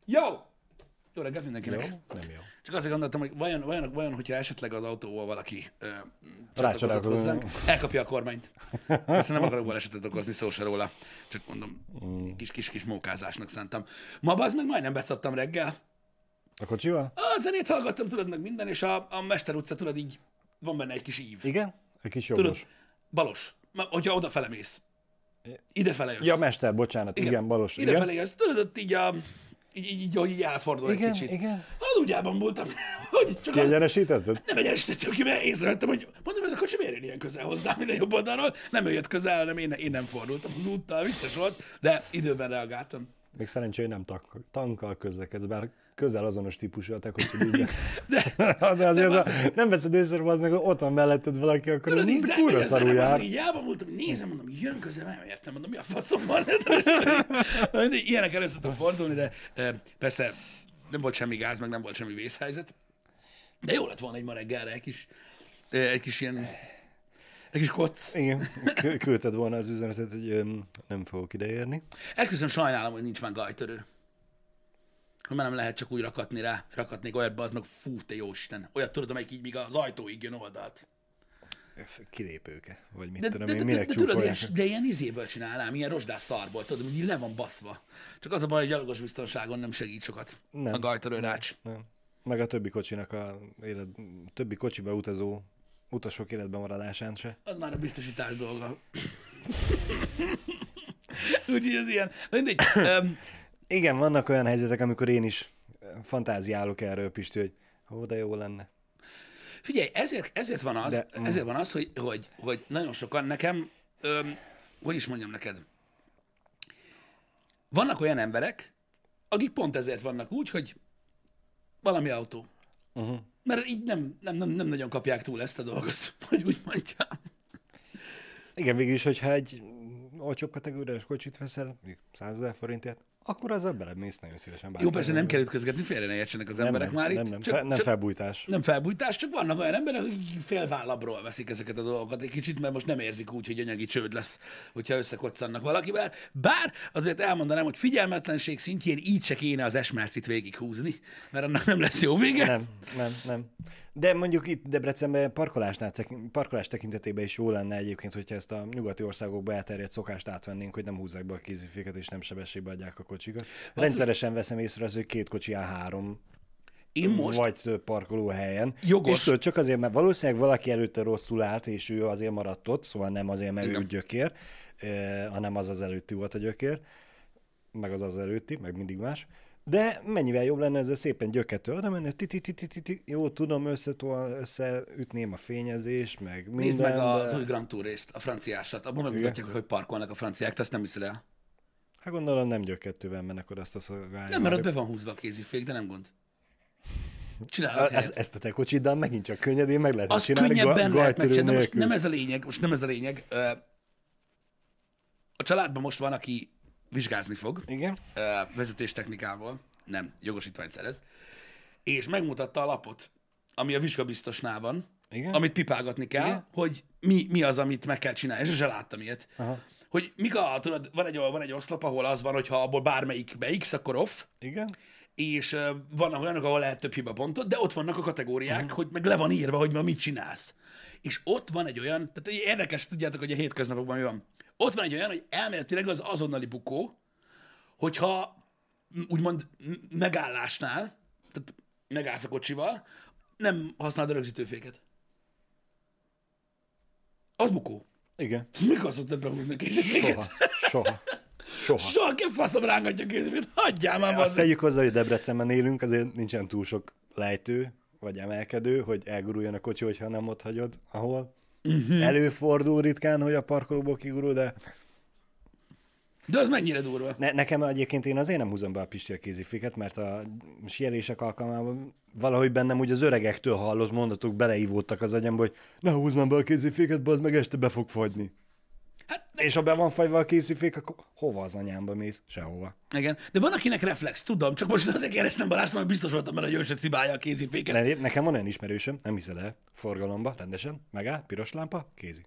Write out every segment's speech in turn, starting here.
Jó! Jó reggelt mindenkinek. Jó? Nem jó. Csak azért gondoltam, hogy vajon hogyha esetleg az autóval valaki csatlakozott Rácsodálkozom. hozzánk, elkapja a kormányt. Persze nem akarok balesetet okozni, szó se róla. Csak mondom, kis mókázásnak szántam. Ma az meg majdnem beszoptam reggel. A kocsival? A zenét hallgattam, tudod, meg minden, és a Mester utca, tudod, így van benne egy kis ív. Igen? Egy kis Tudod, jobbos. balos. Hogyha odafele mész. Idefele jössz. Ja, Mester, bocsánat. Igen, balos. Idefele jössz. Tudod, ott így elfordul Igen, egy kicsit. igen. Aludjában voltam, hogy csak az... Kiegyenesítetted? Nem egyenesítettem ki, mert észrevettem, hogy mondom, ez a kocsi miért jön ilyen közel hozzám, minden jobb oldalról. Nem ő jött közel, hanem én nem fordultam az úttal, vicces volt, de időben reagáltam. Még szerencsé, hogy nem tankkal közlekedsz, bár közel azonos típusú a te kocsid, de... de azért nem veszed észre, hogy ott van melletted valaki, akkor Tudod, így kurva szarul jár. így jában voltam, nézem, mondom, jön közel, nem értem, mondom, mi a faszom van. Ilyenek elő szoktak fordulni, de persze nem volt semmi gáz, meg nem volt semmi vészhelyzet. De jó lett volna egy ma reggelre egy kis ilyen, egy kis koc. Igen, küldted volna az üzenetet, hogy nem fogok ideérni. Esküszöm, sajnálom, hogy nincs már gajtörő. Hogy már nem lehet csak úgy rakatnék olyatba, az meg fú, te jóisten. Olyat tudod, amelyik így míg az ajtóig jön oldalt. Kilépőke, vagy mit tudom én, de minek tudod, csúfolják. de ilyen izéből csinálnám, ilyen rozsdás szarból, tudod, hogy így le van baszva. Csak az a baj, hogy gyalogos biztonságon nem segít sokat Nem. a gajtörő rács. Nem. Meg a többi kocsinak többi kocsiba utazó utasok életben maradásán se. Az már a biztosítás dolga. Úgyhogy ez ilyen. Mindegy. Igen, vannak olyan helyzetek, amikor én is fantáziálok erről, Pisti, hogy de jó lenne. Figyelj, ezért van az, hogy nagyon sokan nekem, hogy is mondjam neked, vannak olyan emberek, akik pont ezért vannak úgy, hogy valami autó. Uh-huh. Mert így nem nagyon kapják túl ezt a dolgot, hogy úgy mondjam. Igen, végül is, hogyha egy olcsóbb kategóriás kocsit veszel, 100 000 forintért, akkor azzal belemész nagyon szívesen. Jó, persze nem kell ütközgetni, félre ne értsenek az emberek már itt. Nem felbújtás. Nem felbújtás, csak vannak olyan emberek, akik félvállabról veszik ezeket a dolgokat egy kicsit, mert most nem érzik úgy, hogy anyagi csőd lesz, hogyha összekoccannak valakivel. Bár azért elmondanám, hogy figyelmetlenség szintjén így se kéne az esmercit végighúzni, mert annak nem lesz jó vége. Nem. De mondjuk itt Debrecenben parkolás tekintetében is jó lenne egyébként, hogyha ezt a nyugati országokba elterjedt szokást átvennénk, hogy nem húzzák be a kéziféket és nem sebességbe adják a kocsikat. Rendszeresen veszem észre az, hogy 2 kocsi áll 3 vagy több parkolóhelyen. Jogos. És tudod, csak azért, mert valószínűleg valaki előtte rosszul állt, és ő azért maradt ott, szóval nem azért, mert ő gyökér, hanem az előtti volt a gyökér, meg az előtti, meg mindig más. De mennyivel jobb lenne ezzel szépen gyöketől oda menni, jó, tudom, összeütném a fényezést, meg minden. Nézd meg az új Grand Tour részt, a franciásat. Abban megmutatják, hogy parkolnak a franciák, te ezt nem hiszed el. Hát gondolom nem gyökettővel mennek oda azt a szolgáljára. Nem, mert ott be van húzva a kézifék, de nem gond. Csinálnak ezt a te kocsiddal megint csak könnyedén meg lehet az csinálni. könnyebben lehet megcsinálni, de most nem ez a lényeg. A családban most van, aki vizsgázni fog. Igen. Vezetéstechnikával. Nem, jogosítványt szerez. És megmutatta a lapot, ami a vizsgabiztosnál van, Igen. amit pipálgatni kell, igen. Hogy mi az, amit meg kell csinálni. És sose láttam ilyet. Aha. Hogy tudod, van egy oszlop, ahol az van, hogy ha abból bármelyik X, akkor off. Igen. És vannak olyanok, ahol lehet több hibapontot, de ott vannak a kategóriák, hogy meg le van írva, hogy ma mit csinálsz. És ott van egy olyan, tehát érdekes, tudjátok, hogy a hétköznapokban mi van. Ott van egy olyan, hogy elméletileg az azonnali bukó, hogyha úgymond megállásnál, tehát megállsz a kocsival, nem használod a rögzítőféket. Az bukó. Igen. Mikor szoktad behúzni a kéziféket? Soha. Soha ki a faszom rángatja a kéziféket. Hagyjál már. Azt tegyük hozzá, hogy Debrecenben élünk, azért nincsen túl sok lejtő, vagy emelkedő, hogy elguruljon a kocsi, hogyha nem ott hagyod, ahol. Uh-huh. Előfordul ritkán, hogy a parkolóból kigurul, de az mennyire durva? Nekem egyébként én azért nem húzom be a Pisti a kéziféket, mert a sielések alkalmában valahogy bennem úgy az öregektől hallott mondatok beleívódtak az agyamba, hogy ne húzd már be a kéziféket, bazd meg este be fog fagyni. És ha be van fagyva a kézifék, akkor hova az anyámba mész? Sehova. Igen, de van akinek reflex, tudom, csak most azért kérdeztem Balázst, mert biztos voltam benne, hogy ő se cibálja a kéziféket. Nekem van olyan ismerősöm, nem hiszed el, forgalomba, rendesen, megáll, piros lámpa, kézi.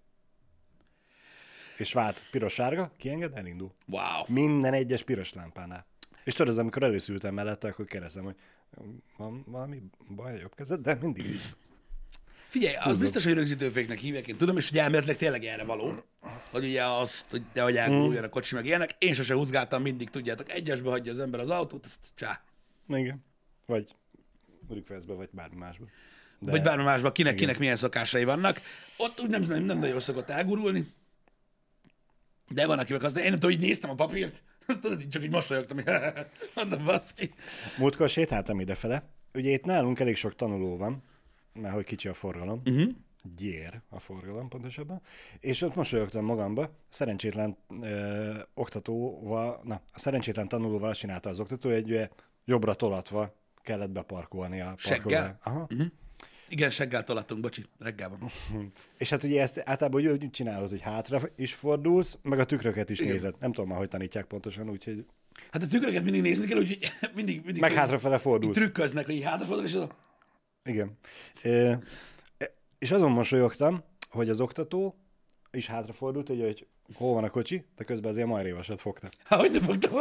És vált, piros-sárga, kienged, elindul. Wow. Minden egyes piros lámpánál. És tudod, amikor előszültem mellette, akkor kérdezem, hogy van valami baj a jobb kezed, de mindig így. Figyelj, az biztos, hogy rögzítőféknek hívják, én tudom, és hogy elméletileg tényleg erre való, hogy ugye azt, hogy te hogy elguruljon a kocsi, meg ilyenek. Én sose húzgáltam mindig, tudjátok, egyesbe hagyja az ember az autót, azt csá. Igen. Vagy rükveszbe, vagy bármi másba. De... Vagy bármi másban, kinek milyen szokásai vannak. Ott úgy nem nagyon szokott elgurulni. De van, aki meg azt, én nem tudom, így néztem a papírt, tudod, így csak így mosolyogtam, hogy mondom, baszki. Múltkor sétáltam idefele. Ugye itt nálunk elég sok tanuló van, mert hogy kicsi a forgalom. Gyér a forgalom pontosabban. És ott mosolyogtam magamba, szerencsétlen oktatóval, a szerencsétlen tanulóval azt csinálta az oktató, egy jobbra tolatva kellett beparkolni a parkolóba. Seggel? Aha. Igen, seggel tolattunk, bocsi, reggel van. És hát ugye ezt általában úgy csinálod, hogy hátra is fordulsz, meg a tükröket is Igen. nézed. Nem tudom már, hogy tanítják pontosan, úgyhogy... Hát a tükröket mindig nézni kell, úgyhogy mindig Meg hátrafele fordulsz. trükköznek, hogy így hátrafordul, és az a... Igen. És azon mosolyogtam, hogy az oktató is hátrafordult, ugye, hogy hol van a kocsi, de közben azért majrévasat fogta. Hát, hogy nem fogtam?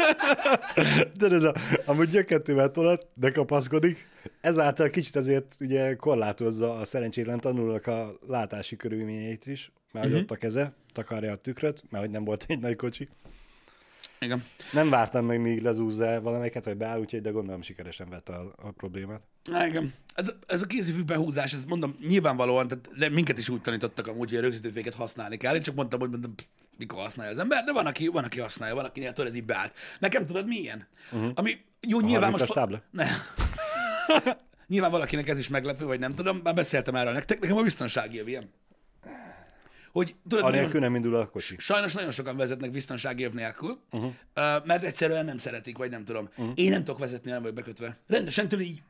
De ez amúgy gyökettővel tolat, de kapaszkodik. Ezáltal kicsit azért ugye korlátozza a szerencsétlen tanulónak a látási körülményeit is, mert hogy ott a keze, takarja a tükröt, mert hogy nem volt egy nagy kocsi. Igen. Nem vártam meg, míg lezúzza valamelyiket, vagy beáll, úgyhogy de gondolom sikeresen vette a problémát. Igen. Ez a kézifű behúzás, ez mondom, nyilvánvalóan, de minket is úgy tanítottak amúgy, hogy a rögzítőféket használni kell. Én csak mondtam, hogy mikor használja az ember, de van, aki használja, van, akinél tudod, ez így beállt. Nekem tudod milyen? Ami jó, nyilván most... tábla? Ne. Nyilván valakinek ez is meglepő, vagy nem tudom, már beszéltem erről nektek, nekem a biztonsági öviem. Hogy tudod, Anélkül nem indul a kocsi. sajnos nagyon sokan vezetnek biztonsági öv nélkül, mert egyszerűen nem szeretik, vagy nem tudom. Én nem tudok vezetni, nem vagyok bekötve. Rendesen tudod így,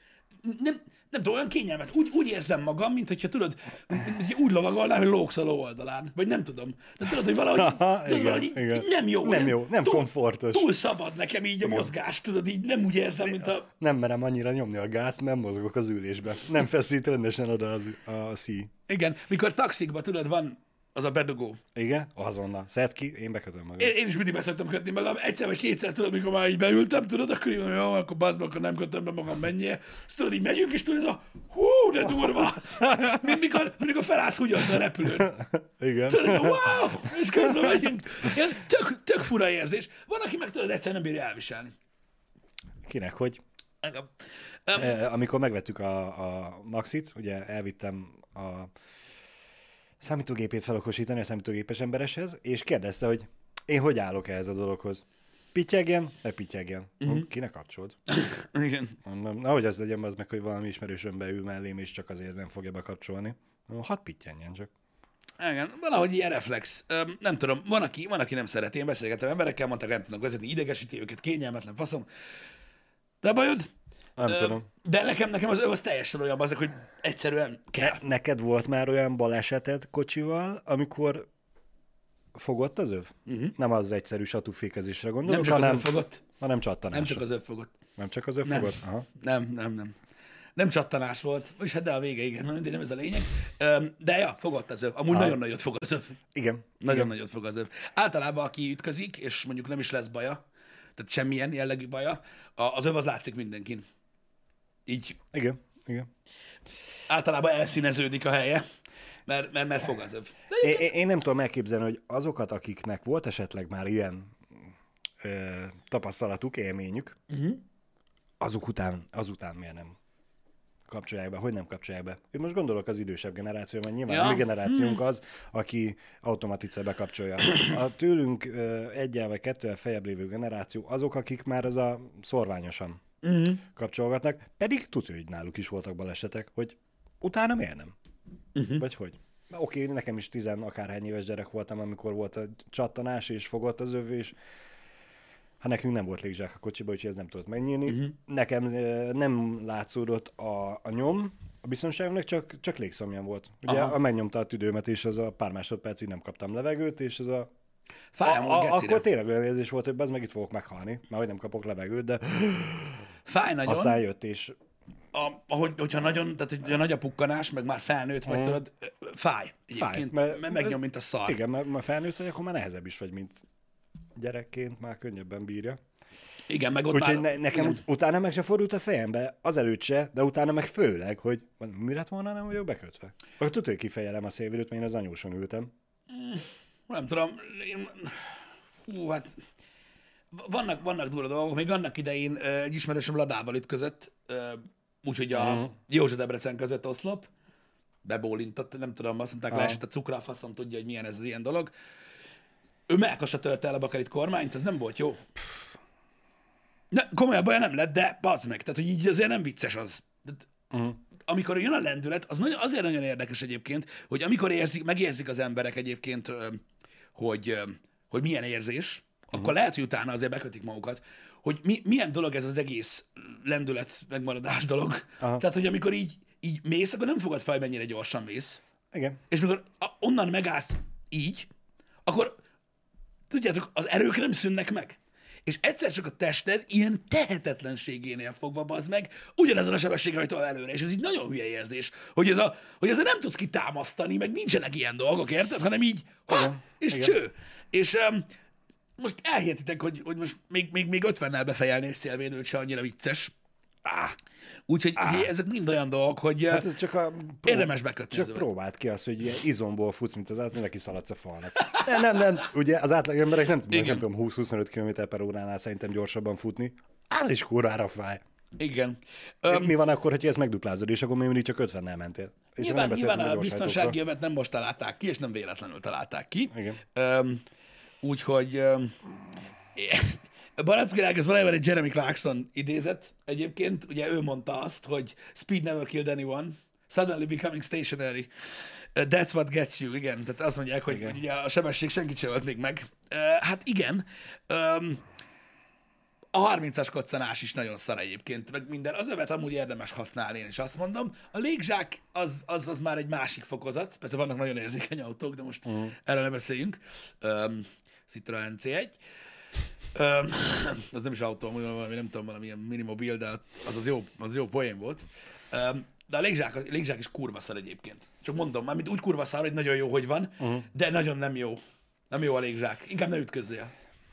nem tudom, olyan kényelmet. Úgy érzem magam, mint hogyha tudod, úgy lovagolnál, hogy lógsz a ló oldalán. Vagy nem tudom. De tudod, hogy valahogy, így nem jó. Nem jó, nem komfortos. Túl szabad nekem így a mozgás, tudod, így nem úgy érzem, mint a... Nem merem annyira nyomni a gázt, nem mozgok az ülésbe. Nem feszít rendesen oda a szíj. Igen, mikor taxikban, tudod, van az a bedugó. Igen? Azonnal. Szedd ki, én bekötöm magam. Én is mindig beszoktam kötni magam. Egyszer vagy kétszer, tudod, mikor már így beültem, tudod, akkor így mondom, jó, akkor bazd meg, akkor nem kötöm be magam, menjél. Azt tudod, így megyünk, és tudod, ez a hú, de durva. Mint mikor felállsz húgyatni a repülőn. Igen. Tudod, ez a wow, és közben megyünk. Ilyen tök fura érzés. Van, aki meg tudod, egyszer nem bírja elviselni. Kinek, hogy? Engem. Amikor megvettük a Maxit, ugye elvittem a számítógépét felokosítani a számítógépes embereshez, és kérdezte, hogy én hogy állok ehhez a dologhoz. Pittyegjen, ne pittyegjen. Kinek kapcsolod? Igen. Mondom, nahogy az legyen az meg, hogy valami ismerősöm beül mellém, és csak azért nem fogja bekapcsolni. Hadd pittyenjen csak. Igen, valahogy ilyen reflex. Nem tudom, van, aki nem szereti. Én beszélgettem emberekkel, mondták, nem tudnak vezetni, idegesíti őket, kényelmetlen faszom. De bajod? Nem tudom. De nekem az teljesen olyan azok, hogy egyszerűen kell. Neked volt már olyan baleseted kocsival, amikor fogott az öv? Nem az egyszerű satúfékezésre gondolok, Nem csak az öv fogott. hanem csattanásra. Nem csak az öv fogott. Nem csak az öv Nem. fogott? Aha. Nem. Nem csattanás volt, és hát de a vége, igen, nem ez a lényeg. De ja, fogott az öv. Amúgy nagyon nagyot fog az öv. Igen. Nagyon nagyot fog az öv. Általában, aki ütközik, és mondjuk nem is lesz baja, tehát semmilyen jellegű baja, az öv az látszik mindenkin. Így Igen. általában elszíneződik a helye, mert fog az öv. Én nem tudom elképzelni, hogy azokat, akiknek volt esetleg már ilyen tapasztalatuk, élményük, azután miért nem kapcsolják be, hogy nem kapcsolják be. Én most gondolok az idősebb generációra, mert nyilván a mi generációnk az, aki automatice bekapcsolja. A tőlünk egyel vagy kettővel feljebb lévő generáció azok, akik már az a szorványosan kapcsolgatnak, pedig tudja, hogy náluk is voltak balesetek, hogy utána miért nem? Vagy hogy? Oké, nekem is 10 akárhány éves gyerek voltam, amikor volt a csattanás, és fogott az öv, és hát nekünk nem volt légzsák a kocsiba, úgyhogy ez nem tudott megnyílni. Nekem nem látszódott a nyom a biztonságomnak, csak légszomjam volt. Ugye megnyomta a tüdőmet, és az a pár másodpercig nem kaptam levegőt, és az akkor tényleg olyan érzés volt, hogy az meg itt fogok meghalni, mert hogy nem kapok levegőt, de fáj nagyon. Aztán jött, és hogyha nagyon, tehát hogy nagy a pukkanás, meg már felnőtt vagy, tudod, fáj egyébként, mert megnyom, mint a szar. Igen, mert felnőtt vagy, akkor már nehezebb is vagy, mint gyerekként, már könnyebben bírja. Igen, meg ott Úgyhogy már... nekem igen. utána meg se fordult a fejembe, azelőtt se, de utána meg főleg, hogy mi lett volna, nem vagyok bekötve. Akkor tudod, hogy kifejelem a szélvédőt, mert én az anyóson ültem. Nem tudom, hát vannak durva dolgok. Még annak idején egy ismerősöm Ladával ütközött, úgyhogy a József Debrecen között oszlop, bebólintott, nem tudom, azt mondták, leesett a cukra, a faszom tudja, hogy milyen ez az ilyen dolog. Ő melkasra törte el a Bakarit kormányt, ez nem volt jó. Komolyabb baja nem lett, de bazd meg, tehát hogy így azért nem vicces az. Amikor jön a lendület, az azért nagyon érdekes egyébként, hogy amikor megérzik az emberek egyébként, hogy milyen érzés, akkor lehet, hogy utána azért bekötik magukat, hogy milyen dolog ez az egész lendület megmaradás dolog. Tehát, hogy amikor így mész, akkor nem fogad fel, hogy mennyire gyorsan mész. Igen. És mikor onnan megállsz így, akkor tudjátok, az erők nem szűnnek meg. És egyszer csak a tested ilyen tehetetlenségénél fogva bazd meg, ugyanezen a sebességgel, hogy tovább előre. És ez így nagyon hülye érzés, hogy ezzel nem tudsz kitámasztani, meg nincsenek ilyen dolgok, érted? Hanem így, és igen. cső. És most elhihetitek, hogy most még 50-nel befejelni egy szélvédőt se annyira vicces. Úgyhogy ugye ezek mind olyan dolgok, hogy Hát ez csak érdemes bekötni. Csak próbáld ki azt, hogy ilyen izomból futsz, mint az átlag, neki szaladsz a falnak. Nem. Ugye az átlag emberek nem tudnak, nem tudom, 20-25 km/óránál szerintem gyorsabban futni. Az is kurvára fáj. Igen. Mi van akkor, hogyha ezt megduplázod, és akkor még mindig csak 50-nel mentél? És Nyilván a biztonsági jövet nem most találták ki, és nem véletlenül találták ki. Igen. Úgyhogy Barackirág, ez valójában egy Jeremy Clarkson idézet egyébként. Ugye ő mondta azt, hogy speed never killed anyone, suddenly becoming stationary. That's what gets you. Igen, tehát azt mondják, hogy ugye a sebesség senkit sem ölt még meg. Hát igen. A 30-as koccanás is nagyon szar egyébként, meg minden. Az övet amúgy érdemes használni, én is azt mondom. A légzsák az már egy másik fokozat. Persze vannak nagyon érzékeny autók, de most erről ne beszéljünk. Citroen C1. Az nem is autó, valami, nem tudom, valamilyen minimobil, de az jó poén volt. De a légzsák is kurva szar egyébként. Csak mondom, mármint úgy kurva szar, hogy nagyon jó, hogy van, de nagyon nem jó. Nem jó a légzsák. Inkább ne ütközzél.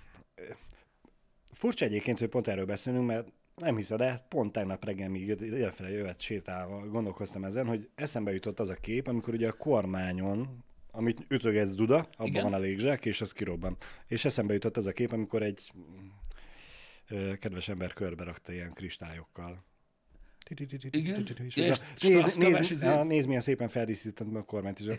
Furcsa egyébként, hogy pont erről beszélünk, mert nem hiszed, de pont tegnap reggel még ilyenféle jövet sétálva gondolkoztam ezen, hogy eszembe jutott az a kép, amikor ugye a kormányon, amit ütögetsz Duda, abban Igen. van a légzsák, és az kirobban. És eszembe jutott az a kép, amikor egy kedves ember körbe rakta ilyen kristályokkal. Igen. Nézd, milyen szépen feldíszítettem a kormányt is.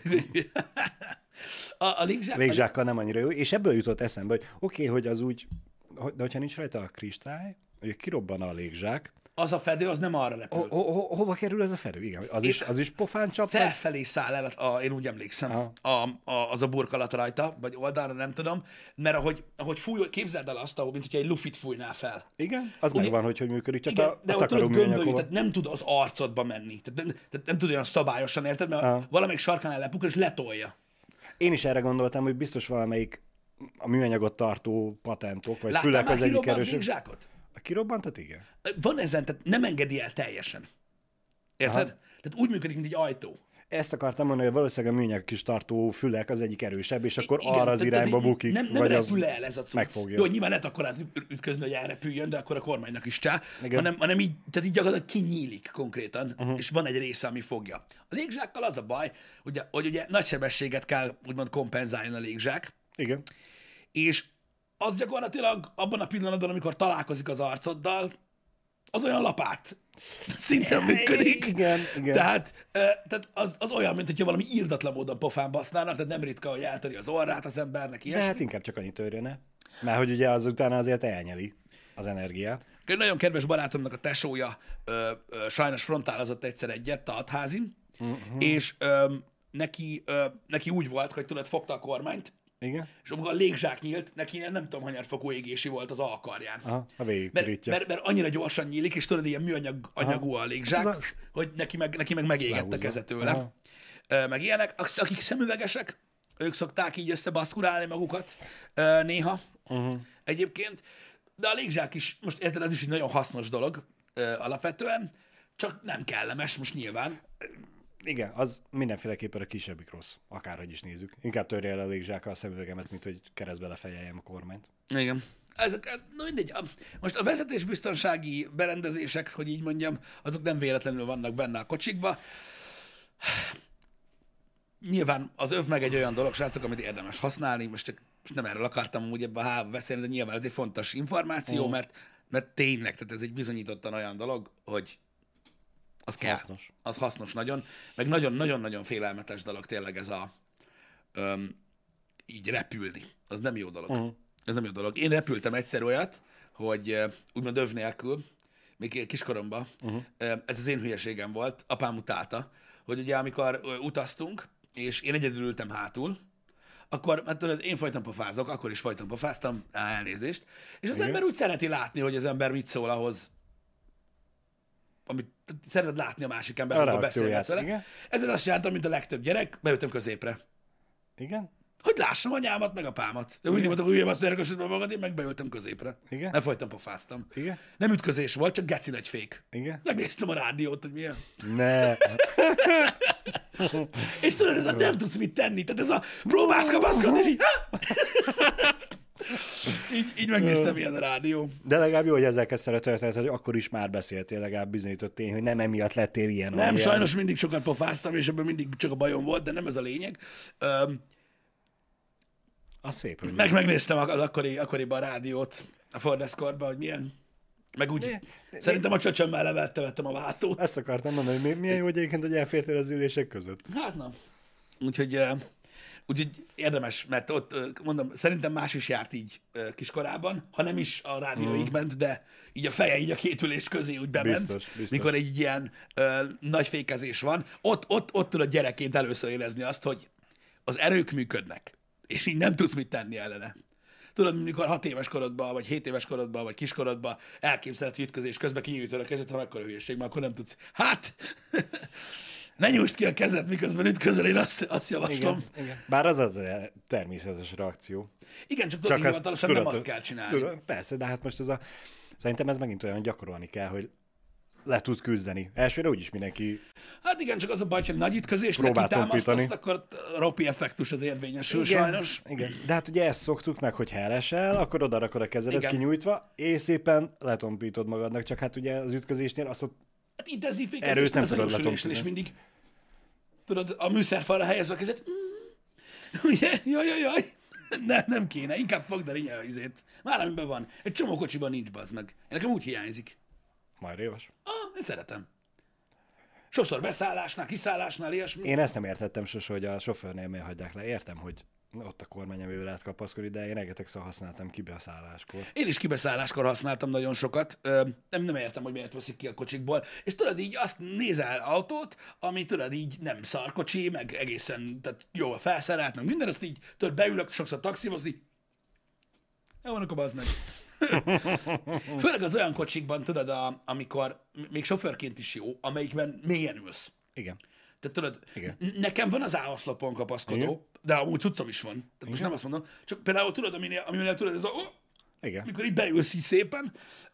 A Légzsákkal nem annyira jó, és ebből jutott eszembe, hogy oké, hogy az úgy, de hogyha nincs rajta a kristály, hogy kirobban a légzsák, az a fedő, az nem arra repül. hova kerül ez a fedő? Igen, az is pofán csap. Felfelé száll el, én úgy emlékszem, az a burkolat rajta, vagy oldalra, nem tudom, mert ahogy fúj, képzeld el azt, mint hogyha egy lufit fújnál fel. Igen, az ugye, megvan, hogy működik, csak igen, a de hogy tudod gömbölni, tehát nem tud az arcodba menni. Tehát nem tud olyan szabályosan, érted? Mert valamelyik sarkánál lepukol, és letolja. Én is erre gondoltam, hogy biztos valamelyik a műanyagot tartó patentok, vagy láttál fülek már az egyik kirobbant erősebb. légzsákot? A kirobbantat, igen. Van ezen, tehát nem engedi el teljesen. Érted? Tehát úgy működik, mint egy ajtó. Ezt akartam mondani, hogy valószínűleg a műanyag kis tartó fülek az egyik erősebb, és akkor Igen, arra az tehát irányba így bukik. Nem vagy repül el ez a cucc. megfogja. Jó, hogy nyilván lehet akkor ütközni, hogy elrepüljön, de akkor a kormánynak is csá. Igen. Hanem így, tehát így gyakorlatilag kinyílik konkrétan, és van egy része, ami fogja. A légzsákkal az a baj, hogy ugye nagy sebességet kell úgymond kompenzálni a légzsák, Igen. és az gyakorlatilag abban a pillanatban, amikor találkozik az arcoddal, az olyan lapát szinten működik. Igen. Tehát az olyan, mint hogyha valami írdatlan módon pofán basznának, tehát nem ritka, hogy eltöri az orrát az embernek, De ilyesmi. hát inkább csak annyit törjene. Mert hogy ugye azután azért elnyeli az energiát. Egy nagyon kedves barátomnak a tesója sajnos frontálozott egyszer egyet Taltházin, és neki úgy volt, hogy tudod, fogta a kormányt, Igen. és amikor a légzsák nyílt, neki nem tudom, hanyarfokú égési volt az alkarján. Aha, a végigpirítja. Mert annyira gyorsan nyílik, és tudod, ilyen műanyag anyagú a légzsák, Hát hogy neki meg megégett a lehúzza. keze tőle. Meg ilyenek. Akik szemüvegesek, ők szokták így összebaszkurálni magukat néha egyébként. De a légzsák is, most érted, ez is egy nagyon hasznos dolog alapvetően, csak nem kellemes most nyilván. Igen, az mindenféleképpen a kisebbik rossz, akárhogy is nézzük. Inkább törje el a légzsákkal a szemüvegemet, mint hogy keresztbe lefejeljem a kormányt. Igen. ezek, na mindegy, most a vezetésbiztonsági berendezések, hogy így mondjam, azok nem véletlenül vannak benne a kocsikba. Nyilván az öv meg egy olyan dolog, srácok, amit érdemes használni, most nem erről akartam amúgy ebben a hában beszélni, de nyilván ez egy fontos információ, mert tényleg, tehát ez egy bizonyítottan olyan dolog, hogy az kell. Hasznos. Az hasznos nagyon, meg nagyon-nagyon-nagyon félelmetes dolog tényleg ez a így repülni. Az nem jó dolog. Ez nem jó dolog. Én repültem egyszer olyat, hogy úgymond öv nélkül, még kiskoromban, ez az én hülyeségem volt, apám utálta, hogy ugye amikor utaztunk, és én egyedül ültem hátul, akkor, hát tudod, én folyton pofázok, akkor is folyton pofáztam, elnézést, és az ember úgy szereti látni, hogy az ember mit szól ahhoz, amit szereted látni a másik ember, amikor beszélgetsz vele. Ez azt jelenti, mint a legtöbb gyerek, beültem középre. Igen? Hogy lássam anyámat, meg apámat. De úgy mondtam, hogy üljél azt érkesítve magad, én meg beültem középre. Igen? Nem folyton pofáztam. Igen? Nem ütközés volt, csak geci nagy fék. Igen? Megnéztem a rádiót, hogy milyen. Ne. És tudod, ez a nem tudsz mit tenni. Tehát ez a próbálsz kapaszkodni, és így megnéztem ilyen a rádió. De legalább jó, hogy ezzel kezdted a történet, hogy akkor is már beszéltél, legalább bizonyított tény, hogy nem emiatt lettél ilyen. Nem, sajnos mindig sokat pofáztam, és ebben mindig csak a bajom volt, de nem ez a lényeg. Az szép, hogy Megnéztem az akkoriban a rádiót, a Ford Escortban, hogy milyen. Meg úgy, szerintem a csöcsömmel levettem a váltót. Ezt akartam mondani, hogy milyen jó, hogy egyébként, hogy elfértél az ülések között. Hát na. Úgyhogy érdemes, mert ott, mondom, szerintem más is járt így kiskorában, ha nem is a rádióig ment, de így a feje így a két ülés közé úgy bement, Biztos. mikor egy ilyen nagy fékezés van. Ott tudod gyerekként először érezni azt, hogy az erők működnek, és így nem tudsz mit tenni ellene. Tudod, mikor 6 éves korodban, vagy 7 éves korodban, vagy kiskorodban elképzelhet, hogy ütközés közben kinyújtod a kezed, ha mekkora hülyeség, mert akkor nem tudsz. Hát, ne nyújtsd ki a kezed, miközben ütközel, én azt javaslom. Igen. Bár az az természetes reakció. Igen, csak tudod, hivatalosan nem azt kell csinálni. Persze, de hát most szerintem ez megint olyan gyakorolni kell, hogy le tud küzdeni. Elsőre úgyis mindenki... Hát igen, csak az a baj, hogy nagy ütközésnek kitámasztasz, akkor a Ropi effektus az érvényesül sajnos. Igen, de hát ugye ezt szoktuk meg, hogy ha elesel, akkor oda rakod a kezedet kinyújtva, és szépen letompítod magadnak, csak hát ugye az ütközésnél azt hát intenzív erőt nem tudod letompítani. És mindig tudod, a műszerfalra helyezve a kezed, ugye, jaj, nem kéne, inkább fogd a rinye izét. Már amiben van. Egy csomó kocsiban nincs, bazd meg. Nekem úgy hiányzik. Majd révas. Én szeretem. Sokszor beszállásnál, kiszállásnál, ilyesmi. Én ezt nem értettem sose, hogy a sofőrnél miért hagyják le. Értem, hogy ott a kormányon lehet kapaszkodni, de én rengetegszer használtam kibeszálláskor. Én is kibeszálláskor használtam nagyon sokat. Nem értem, hogy miért veszik ki a kocsikból. És tudod, így azt nézel autót, ami tudod így nem szarkocsi, meg egészen tehát jól felszerelt, meg minden, azt így tudod, beülök sokszor taxivozni. Jó van, akkor bazd meg. Főleg az olyan kocsikban, tudod, amikor még sofőrként is jó, amelyikben mélyen ülsz. Igen. Tehát tudod, Igen. Nekem van az A-oszlopon kapaszkodó, igen, de amúgy cuccom is van. Tehát igen, most nem azt mondom, csak például tudod, aminél tudod, ez a... Igen. Mikor így beülsz így szépen,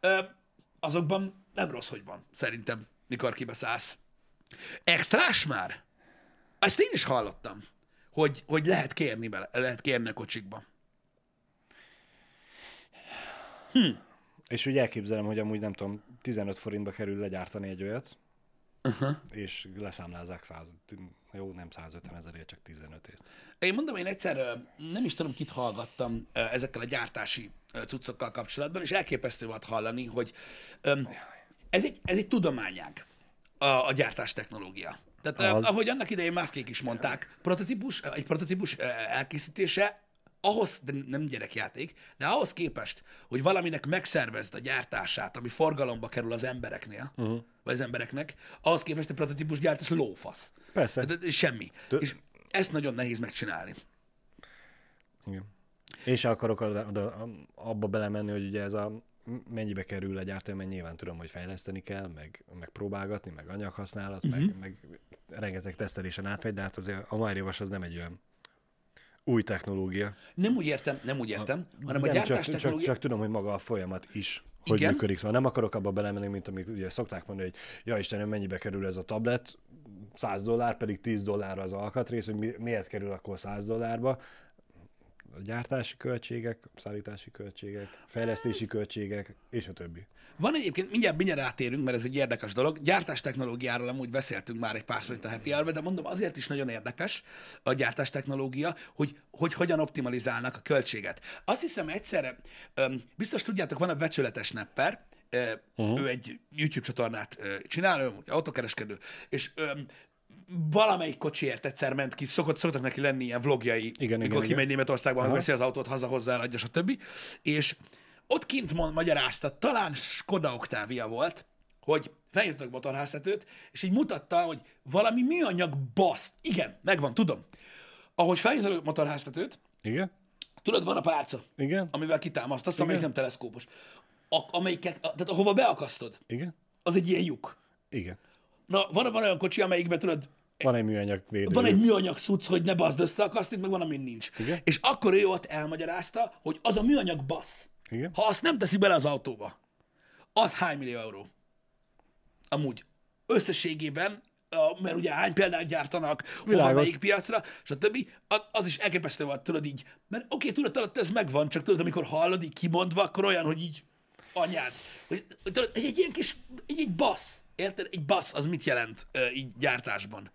azokban nem rossz, hogy van, szerintem, mikor kibeszállsz. Extrás már? Ezt én is hallottam, hogy lehet kérni a kocsikba. És úgy elképzelem, hogy amúgy nem tudom, 15 forintba kerül legyártani egy olyat, és leszámlázzák 150 ezerért, csak 15-ért. Én mondom, én egyszer nem is tudom, kit hallgattam ezekkel a gyártási cuccokkal kapcsolatban, és elképesztő volt hallani, hogy ez egy tudományág, a gyártás technológia. Tehát ahogy annak idején Muskék is mondták, egy prototípus elkészítése ahhoz, de nem gyerekjáték, de ahhoz képest, hogy valaminek megszervezd a gyártását, ami forgalomba kerül az embereknél, vagy az embereknek, ahhoz képest a prototípus gyártás lófasz. Persze. De semmi. És ezt nagyon nehéz megcsinálni. Igen. Én sem akarok abba belemenni, hogy ugye ez mennyibe kerül legyártani, mert nyilván tudom, hogy fejleszteni kell, meg próbálgatni, meg anyaghasználat, meg rengeteg tesztelésen átmegy, de hát azért a Májrévas az nem egy olyan új technológia. Nem úgy értem, hanem a gyártás technológia... Csak tudom, hogy maga a folyamat is, hogy igen, működik. Szóval nem akarok abba belemenni, mint amik ugye szokták mondani, hogy ja Istenem, mennyibe kerül ez a tablet, $100, pedig $10 az alkatrész, hogy miért kerül akkor $100. a gyártási költségek, szállítási költségek, fejlesztési költségek, és a többi. Van egyébként, mindjárt rátérünk, mert ez egy érdekes dolog. Gyártás technológiáról amúgy beszéltünk már egy párszor itt a Happy Hour-ben, de mondom, azért is nagyon érdekes a gyártás technológia, hogy hogyan optimalizálnak a költséget. Azt hiszem egyszerre, biztos tudjátok, van a becsületes Nepper, ő egy YouTube csatornát csinál, ő autókereskedő, és valamelyik kocsiért egyszer ment ki, szoktak neki lenni ilyen vlogjai, mikor kimegy Németországban, megveszi az autót, hazahozza, eladja, stb. És ott kint magyarázta, talán Skoda Octavia volt, hogy felnyitottak motorháztetőt, és így mutatta, hogy valami műanyag basz. Igen, megvan, tudom. Ahogy felnyitottak a motorháztetőt, igen, tudod, van a pálca, igen, amivel kitámasztasz, amelyik nem teleszkópos. Tehát ahova beakasztod, igen, az egy ilyen lyuk. igen. Na, van olyan kocsi, amelyikben tudod, Van egy műanyag védő. van egy műanyag cucc, hogy ne baszd össze a kasztit, meg van, amin nincs. Igen. És akkor ő ott elmagyarázta, hogy az a műanyag basz, Igen. ha azt nem teszi bele az autóba, az hány millió euró? Amúgy összességében, mert ugye hány példát gyártanak, hova, melyik piacra, stb. Az is elképesztő volt, tudod így. Mert oké, tudod, alatt ez megvan, csak tudod, amikor hallod így kimondva, akkor olyan, hogy így anyád. Hogy, tudod, egy ilyen kis, egy basz. Érted? Egy basz, az mit jelent így gyártásban?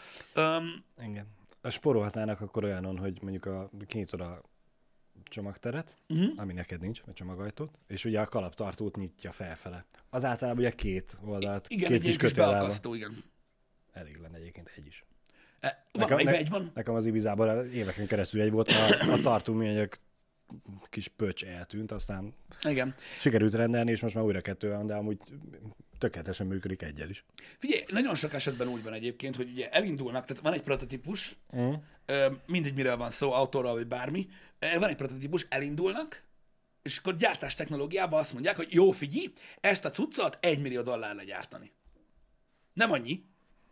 Igen. A sporolhatnának akkor olyanon, hogy mondjuk kinyitod a csomagteret, ami neked nincs, vagy csomagajtót, és ugye a kalaptartót nyitja felfele. Az általában ugye két oldalt, igen, két egy kis kötéllel van. beakasztó, igen. Elég lenne egyébként egy is. Egy van. Nekem az Ibizában éveken keresztül egy volt, a tartó műanyag kis pöcs eltűnt, aztán igen. sikerült rendelni, és most már újra kettő van, de amúgy tökéletesen működik egyel is. Figyelj, nagyon sok esetben úgy van egyébként, hogy ugye elindulnak, tehát van egy prototípus, mindegy miről van szó, autóról vagy bármi, van egy prototípus, elindulnak, és akkor gyártás technológiában azt mondják, hogy jó, figyelj, ezt a cuccot $1 millió legyártani. Nem annyi,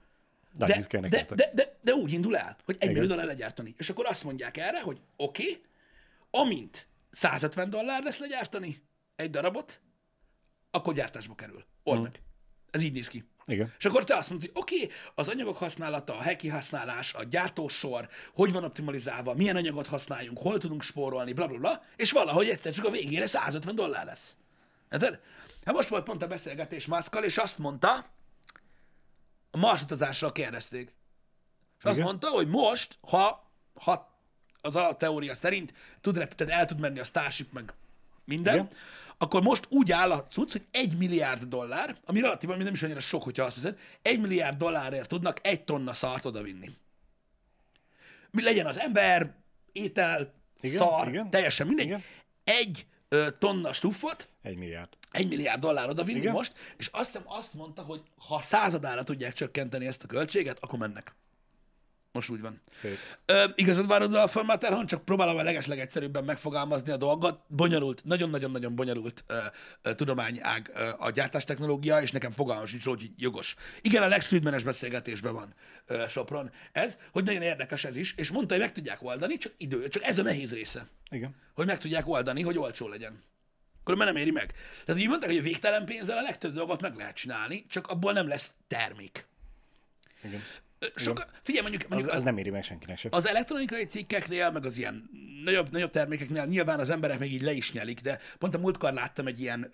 de úgy indul el, hogy $1 millió legyártani. És akkor azt mondják erre, hogy oké, amint $150 lesz legyártani egy darabot, akkor gyártásba kerül. Old meg. Ez így néz ki. Igen. És akkor te azt mondod, hogy oké, az anyagok használata, a heki használás, a gyártósor, hogy van optimalizálva, milyen anyagot használjunk, hol tudunk spórolni, blablabla, bla, bla, és valahogy egyszer csak a végére $150 lesz. Érted? Hát most volt pont a beszélgetés Muskkal, és azt mondta, a Mars utazásra kérdezték. És azt mondta, hogy most, ha az alapteória szerint tehát el tud menni a Starship, meg minden, igen, akkor most úgy áll a cucc, hogy $1 milliárd, ami relatívan nem is annyira sok, hogyha azt hiszed, $1 milliárd tudnak 1 tonna szart odavinni. Mi legyen az ember, étel, igen, szar, igen, teljesen mindegy. Igen. 1 tonna stuffot, $1 milliárd odavinni, igen, most, és azt mondta, hogy ha 100-ára tudják csökkenteni ezt a költséget, akkor mennek. Most úgy van. Igazad van, Rudolf Matterhorn, csak próbálom a legeslegegyszerűbben megfogalmazni a dolgot. Bonyolult, nagyon-nagyon-nagyon bonyolult tudományág a gyártástechnológia, és nekem fogalmam sincs, hogy jogos. Igen, a Lex Fridman-es beszélgetésben van Sopron ez, hogy nagyon érdekes ez is, és mondta, hogy meg tudják oldani, csak ez a nehéz része. Igen. Hogy meg tudják oldani, hogy olcsó legyen. Akkor már nem éri meg. Tehát így mondták, hogy a végtelen pénzzel a legtöbb dolgot meg lehet csinálni, csak abból nem lesz termék. Igen. Figyelj, mondjuk az nem éri meg senkinek sem. Az elektronikai cikkeknél, meg az ilyen nagyobb termékeknél nyilván az emberek még így le is nyelik, de pont a múltkor láttam egy ilyen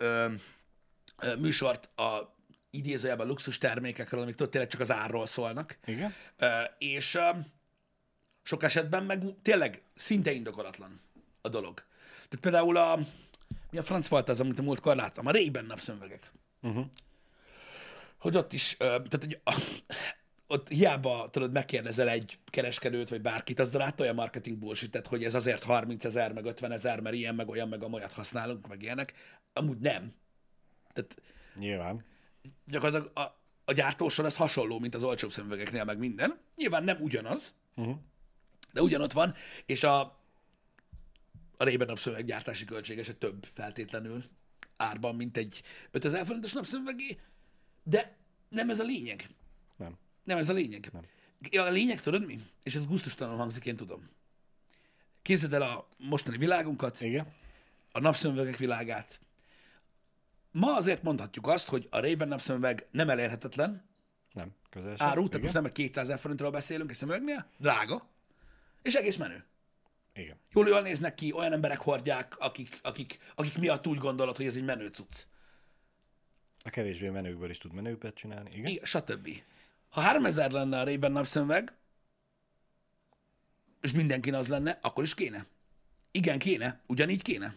műsort a idézőjelben luxus termékekről, amik tényleg csak az árról szólnak. Igen. És sok esetben meg tényleg szinte indokolatlan a dolog. Tehát például mi a franc volt az, amit a múltkor láttam? A Ray-Ban napszemüvegek. Hogy ott is, tehát ott hiába tudod, megkérdezel egy kereskedőt, vagy bárkit, azzal átolja marketing bullshit, hogy ez azért 30 000, meg 50 000, mert ilyen, meg olyan, meg amolyat használunk, meg ilyenek. Amúgy nem. Tehát nyilván. Gyakorlatilag a gyártósor az hasonló, mint az olcsóbb szemüvegeknél, meg minden. Nyilván nem ugyanaz, de ugyanott van, és a Ray-Ban napszemüveg gyártási költsége se több feltétlenül árban, mint egy 5000 forintos napszemüvegé, de nem ez a lényeg. Nem ez a lényeg. Nem. A lényeg, tudod mi? És ez gusztustalanul hangzik, én tudom. Képzeld el a mostani világunkat, igen, a napszemüvegek világát. Ma azért mondhatjuk azt, hogy a Ray-Ban napszemüveg nem elérhetetlen. Nem, közel sem. Áru, tehát most nem egy 200 000 forintról beszélünk egy szemüvegnél. Drága. És egész menő. Igen. Jól néznek ki, olyan emberek hordják, akik miatt úgy gondolod, hogy ez egy menő cucc. A kevésbé menőkből is tud menőbbet csinálni, igen? Igen, stb. Ha 3000 lenne a Ray-Ban napszemüveg, és mindenkin az lenne, akkor is kéne. Igen, kéne. Ugyanígy kéne.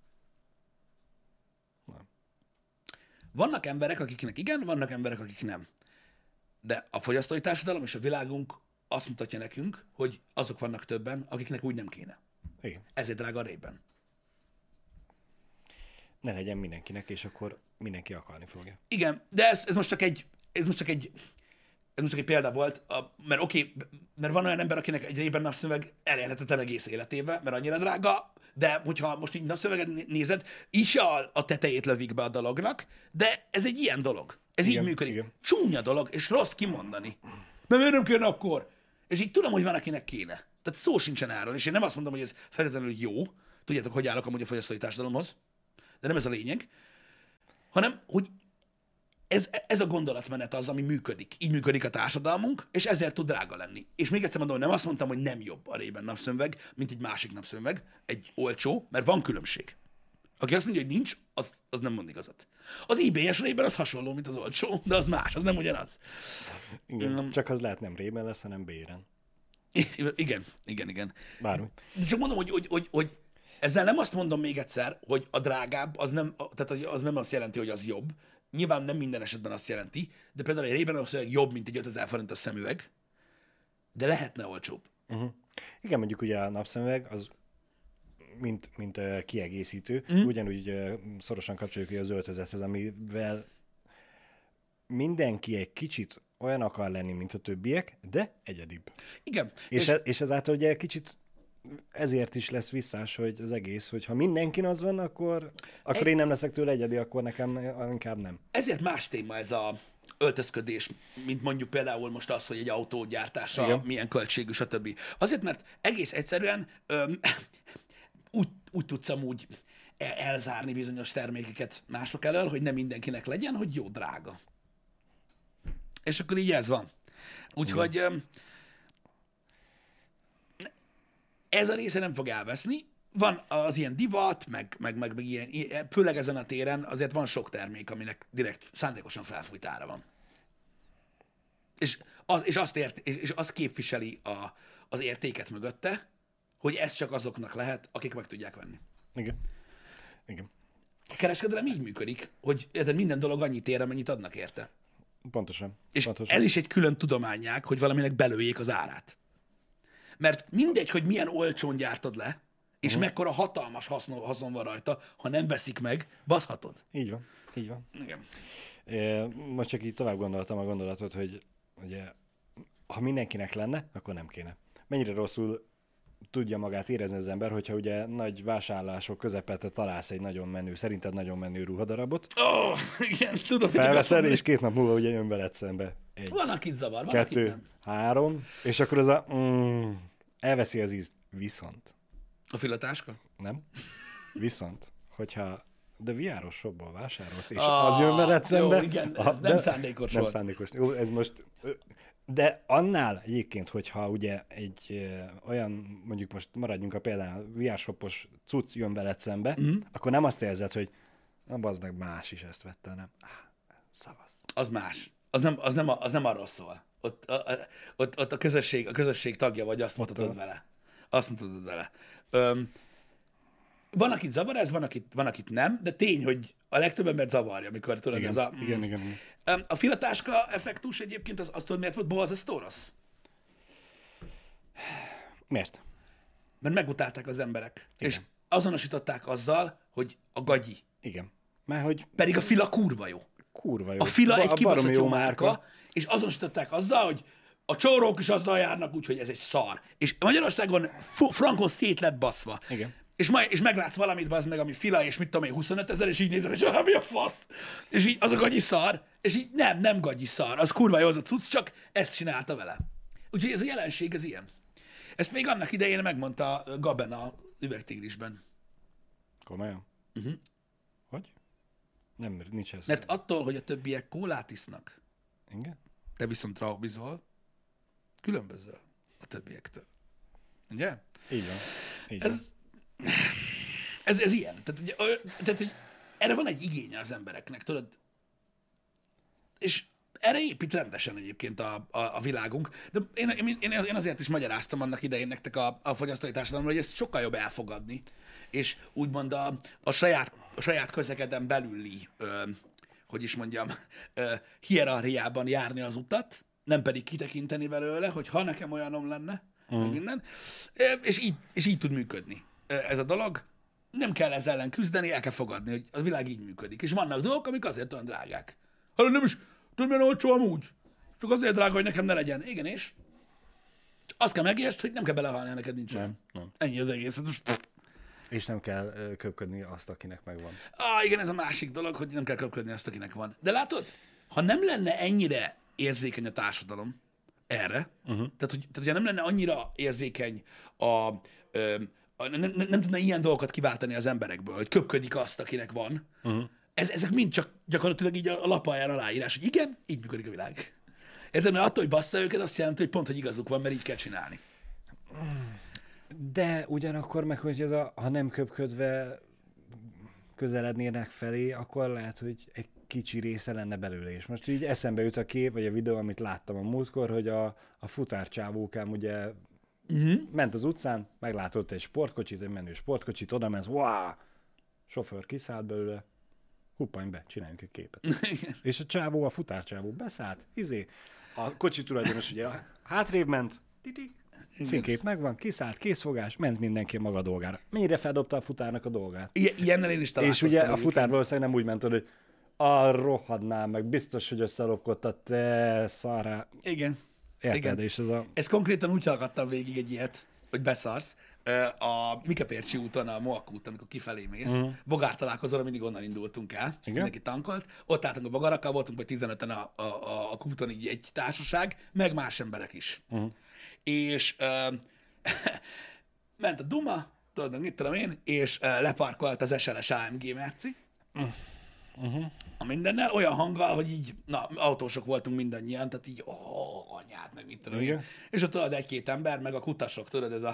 Nem. Vannak emberek, akiknek igen, vannak emberek, akik nem. De a fogyasztói társadalom és a világunk azt mutatja nekünk, hogy azok vannak többen, akiknek úgy nem kéne. Igen. Ezért drága a Ray-Ban. Ne legyen mindenkinek, és akkor mindenki akarni fogja. Igen, de ez most csak egy, ez most csak egy példa volt, mert mert van olyan ember, akinek egy Ray-Ban napszemüveg elérhetetlen egész életében, mert annyira drága, de hogyha most így napszemüveget nézed, így se a tetejét lövik be a dolognak, de ez egy ilyen dolog. Ez Igen, így működik. igen. Csúnya dolog, és rossz kimondani. Mert miért nem kéne akkor? És így tudom, hogy van, akinek kéne. Tehát szó sincsen erről, és én nem azt mondom, hogy ez feltétlenül jó. Tudjátok, hogy állok amúgy a fogyasztói társadalomhoz, de nem ez a lényeg, hanem, hogy ez a gondolatmenet az, ami működik. Így működik a társadalmunk, és ezért tud drága lenni. És még egyszer mondom, hogy nem azt mondtam, hogy nem jobb a Ray-Ban napszemüveg, mint egy másik napszemüveg, egy olcsó, mert van különbség. Aki azt mondja, hogy nincs, az nem mond igazat. Az eBay-es Ray-Ban az hasonló, mint az olcsó, de az más, az nem ugyanaz. Igen. Csak az lehet nem Ray-Ban lesz, hanem béren. Igen. Bármi. De csak mondom, hogy ezzel nem azt mondom még egyszer, hogy a drágább, tehát hogy az nem azt jelenti, hogy az jobb. Nyilván nem minden esetben azt jelenti, de például egy Ray-Ban napszemüveg jobb, mint egy 5000 forintos szemüveg, de lehetne olcsóbb. Igen, mondjuk ugye a napszemüveg az mint kiegészítő, ugyanúgy szorosan kapcsoljuk az öltözethez, amivel mindenki egy kicsit olyan akar lenni, mint a többiek, de egyedibb. Igen. És ezáltal ugye kicsit ezért is lesz visszás, hogy az egész, hogy ha mindenkin az van, akkor én nem leszek tőle egyedi, akkor nekem inkább nem. Ezért más téma ez a öltözködés, mint mondjuk például most az, hogy egy autó gyártása Igen. milyen költségű, stb. Azért, mert egész egyszerűen úgy tudsz amúgy elzárni bizonyos termékeket mások elől, hogy nem mindenkinek legyen, hogy jó drága. És akkor így ez van. Úgyhogy ez a része nem fog elveszni. Van az ilyen divat, meg ilyen, főleg ezen a téren azért van sok termék, aminek direkt szándékosan felfújt ára van. És azt képviseli az értéket mögötte, hogy ez csak azoknak lehet, akik meg tudják venni. Igen. A kereskedelem így működik, hogy érted, minden dolog annyit ér, amennyit adnak érte. Pontosan. És ez is egy külön tudományág, hogy valaminek belőjék az árát. Mert mindegy, hogy milyen olcsón gyártod le, és mekkora hatalmas haszon van rajta, ha nem veszik meg, baszhatod. Így van. Igen. Most csak így tovább gondoltam a gondolatot, hogy ugye, ha mindenkinek lenne, akkor nem kéne. Mennyire rosszul tudja magát érezni az ember, hogyha ugye nagy vásárlások közepette találsz egy szerinted nagyon menő ruhadarabot, Igen, tudom, felveszed, és 2 nap múlva ugye jön veled szembe. 1, van, akit zavar, van, 2, akit nem. 3, és akkor elveszi az ízt. Viszont, A filatáska? nem? Viszont, hogyha de VR-os shopból vásárolsz, és az jön veled szembe. Jó, igen, ez nem szándékos nem volt. szándékos. Jó, ez most... De annál egyébként, hogyha ugye egy olyan, mondjuk most maradjunk a példánál, VR shopos cucc jön veled szembe, akkor nem azt érzed, hogy bazd meg, más is ezt vette, hanem szavasz. Az más. Az nem arról szól. Ott a közösség tagja vagy, azt mutatod vele. Van, akit zavar ez, van, akit nem, de tény, hogy a legtöbb embert zavarja, amikor tudod, Igen, ez a... igen. A filatáska effektus egyébként, az tudod, miért volt borzasztórasz? Miért? Mert megutálták az emberek. Igen. És azonosították azzal, hogy a gagyi. Igen. Mert hogy Pedig a fila kurva jó. kurva jó. A fila egy kibaszott baromi jó márka, és azonosították azzal, hogy a csórók is azzal járnak, úgyhogy ez egy szar. És Magyarországon frankon szét lett baszva. Igen. És meglátsz valamit, bazd meg, ami fila, és mit tudom én, 25 000, és így nézel, hogy mi a fasz? És így az a gagyi szar, és így nem gagyi szar, az kurva jó az a cucc, csak ezt csinálta vele. Úgyhogy ez a jelenség, ez ilyen. Ezt még annak idején megmondta Gaben a Üvegtigrisben. Komolyan? Hogy? Nem, nincs ez. Mert attól, hogy a többiek kólát isznak, Igen? te viszont rauhbizol, különbözöl a többiektől. Ugye? Így van. Így van. Ez ilyen. Tehát, hogy erre van egy igénye az embereknek, tudod? És erre épít rendesen egyébként a világunk. De én azért is magyaráztam annak idején nektek a fogyasztói társadalomra, hogy ezt sokkal jobb elfogadni, és úgymond a saját közegeden belüli, hogy is mondjam, hierarchiában járni az utat, nem pedig kitekinteni belőle, hogy ha nekem olyanom lenne, meg minden, és így tud működni ez a dolog. Nem kell ezzel ellen küzdeni, el kell fogadni, hogy a világ így működik. És vannak dolgok, amik azért olyan drágák. Hát nem is, tudod, milyen olcsó amúgy? Csak azért drága, hogy nekem ne legyen. Igen, és? Csak azt kell megértsd, hogy nem kell belehalni, ha neked nincs olyan. Nem. Ennyi az egész. És nem kell köpködni azt, akinek megvan. Igen, ez a másik dolog, hogy nem kell köpködni azt, akinek van. De látod, ha nem lenne ennyire érzékeny a társadalom erre, tehát, hogyha nem lenne annyira érzékeny nem tudna ilyen dolgokat kiváltani az emberekből, hogy köpködik azt, akinek van. Ezek mind csak gyakorlatilag így a lapalján aláírás, hogy igen, így működik a világ. Érted? Mert attól, hogy bassza őket, azt jelenti, hogy pont, hogy igazuk van, mert így kell csinálni. De ugyanakkor meg, hogy ha nem köpködve közelednének felé, akkor lehet, hogy egy kicsi része lenne belőle. És most így eszembe jut a kép, vagy a videó, amit láttam a múltkor, hogy a futárcsávókám ugye ment az utcán, meglátott egy sportkocsit, egy menő sportkocsit, oda ment, wow! Sofőr kiszállt belőle, huppanj be, csináljunk egy képet. És a futárcsávó beszállt, a kocsi tulajdonos ugye hátrébb ment, fénykép megvan, kiszállt, készfogás, ment mindenki a maga dolgára. Mennyire feldobta a futárnak a dolgát? Ilyennel én is találkoztam. És ugye a futár valószínűleg nem úgy ment, hogy rohadnál meg, biztos, hogy összelopkodta, te szará. Igen. Érted? Igen. És ez konkrétan úgy hallgattam végig egy ilyet, hogy beszarsz. A Mikepércsi úton, a Moak úton, amikor kifelé mész, Bogár találkozóra mindig onnan indultunk el, mindenki tankolt, ott álltunk a bogarakkal, voltunk vagy 15-en a kúton így egy társaság, meg más emberek is. És ment a Duma, tudod, mit tudom én, és leparkolt az SLS AMG Merci, a mindennel, olyan hanggal, hogy így, autósok voltunk mindannyian, tehát így, anyád, meg mit tudom én. És ott tudod, egy-két ember, meg a kutasok, tudod, ez